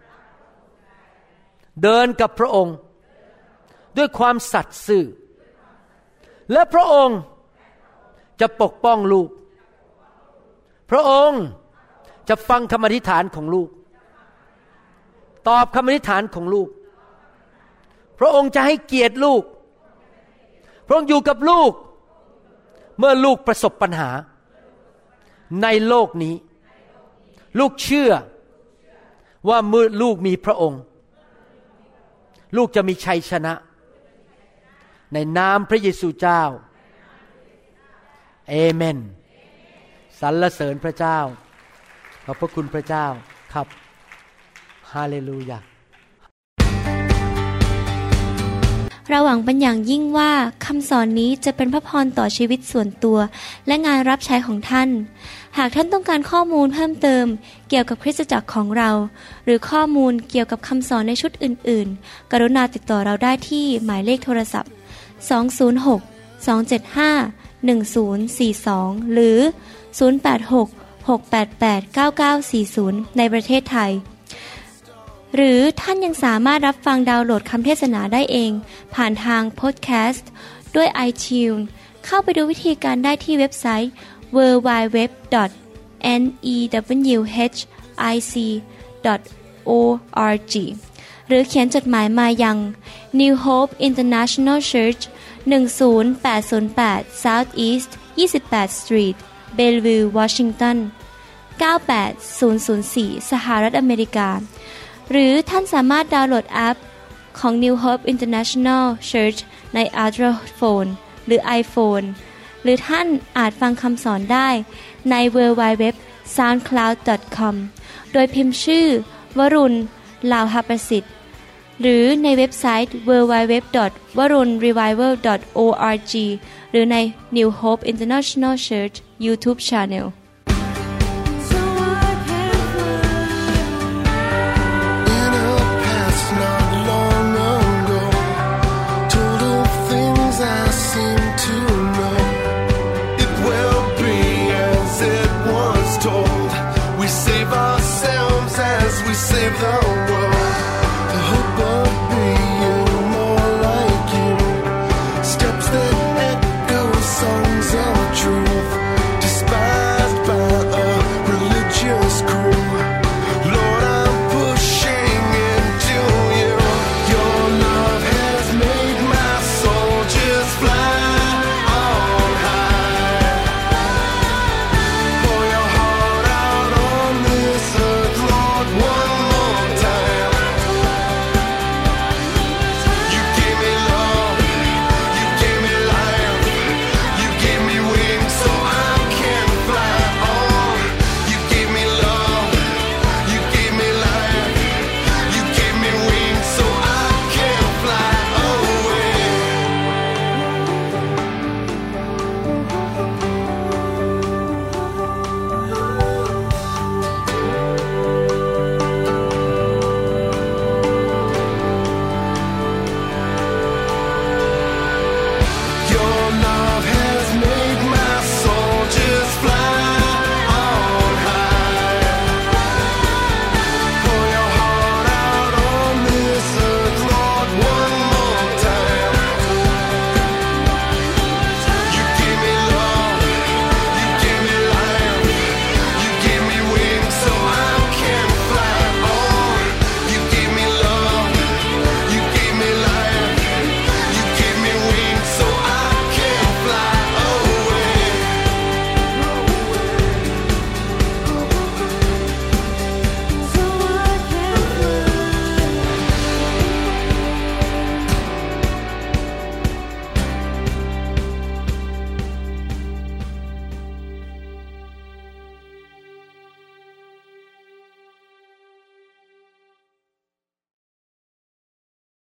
เดินกับพระองค์ด้วยความสัตย์ซื่อและพระองค์จะปกป้องลูกพระองค์จะฟังคำอธิษฐานของลูกตอบคำอธิษฐานของลูกพระองค์จะให้เกียรติลูกพระองค์อยู่กับลูกเมื่อลูกประสบปัญหาในโลกนี้ลูกเชื่อว่าเมื่อลูกมีพระองค์ลูกจะมีชัยชนะในนามพระเยซูเจ้าเอเมนสรรเสริญพระเจ้าขอบพระคุณพระเจ้าครับฮาเลลูยาเราหวังเป็นอย่างยิ่งว่าคำสอนนี้จะเป็นพระพรต่อชีวิตส่วนตัวและงานรับใช้ของท่านหากท่านต้องการข้อมูลเพิ่มเติมเกี่ยวกับคริสตจักรของเราหรือข้อมูลเกี่ยวกับคำสอนในชุดอื่นๆกรุณาติดต่อเราได้ที่หมายเลขโทรศัพท์สอง ศูนย์ หกสอง เจ็ด ห้า หนึ่ง ศูนย์ สี่ สองหรือศูนย์ แปด หก หก แปด แปด เก้า เก้า สี่ ศูนย์ในประเทศไทยหรือท่านยังสามารถรับฟังดาวน์โหลดคำเทศนาได้เองผ่านทางพอดแคสต์ด้วย iTunes เข้าไปดูวิธีการได้ที่เว็บไซต์ ดับเบิลยู ดับเบิลยู ดับเบิลยู ดอท เน อี ดับเบิลยู เอช ไอ ซี ดอท โอ อาร์ จี หรือเขียนจดหมายมายัง New Hope International Church หนึ่ง ศูนย์ แปด ศูนย์ แปด South East ยี่สิบแปด Street Bellevue Washington เก้า แปด ศูนย์ ศูนย์ สี่ สหรัฐอเมริกาหรือท่านสามารถดาวน์โหลดแอปของ New Hope International Church ใน Android Phone หรือ iPhone หรือท่านอาจฟังคำสอนได้ใน ดับเบิลยู ดับเบิลยู ดับเบิลยู ดอท ซาวด์คลาวด์ ดอท คอม โดยพิมพ์ชื่อวรุณ ลาวหประสิทธิ์หรือในเว็บไซต์ ดับเบิลยู ดับเบิลยู ดับเบิลยู ดอท วรุณ รีไววัล ดอท โอ อาร์ จี หรือใน New Hope International Church YouTube Channel Not long ago, told of things I seem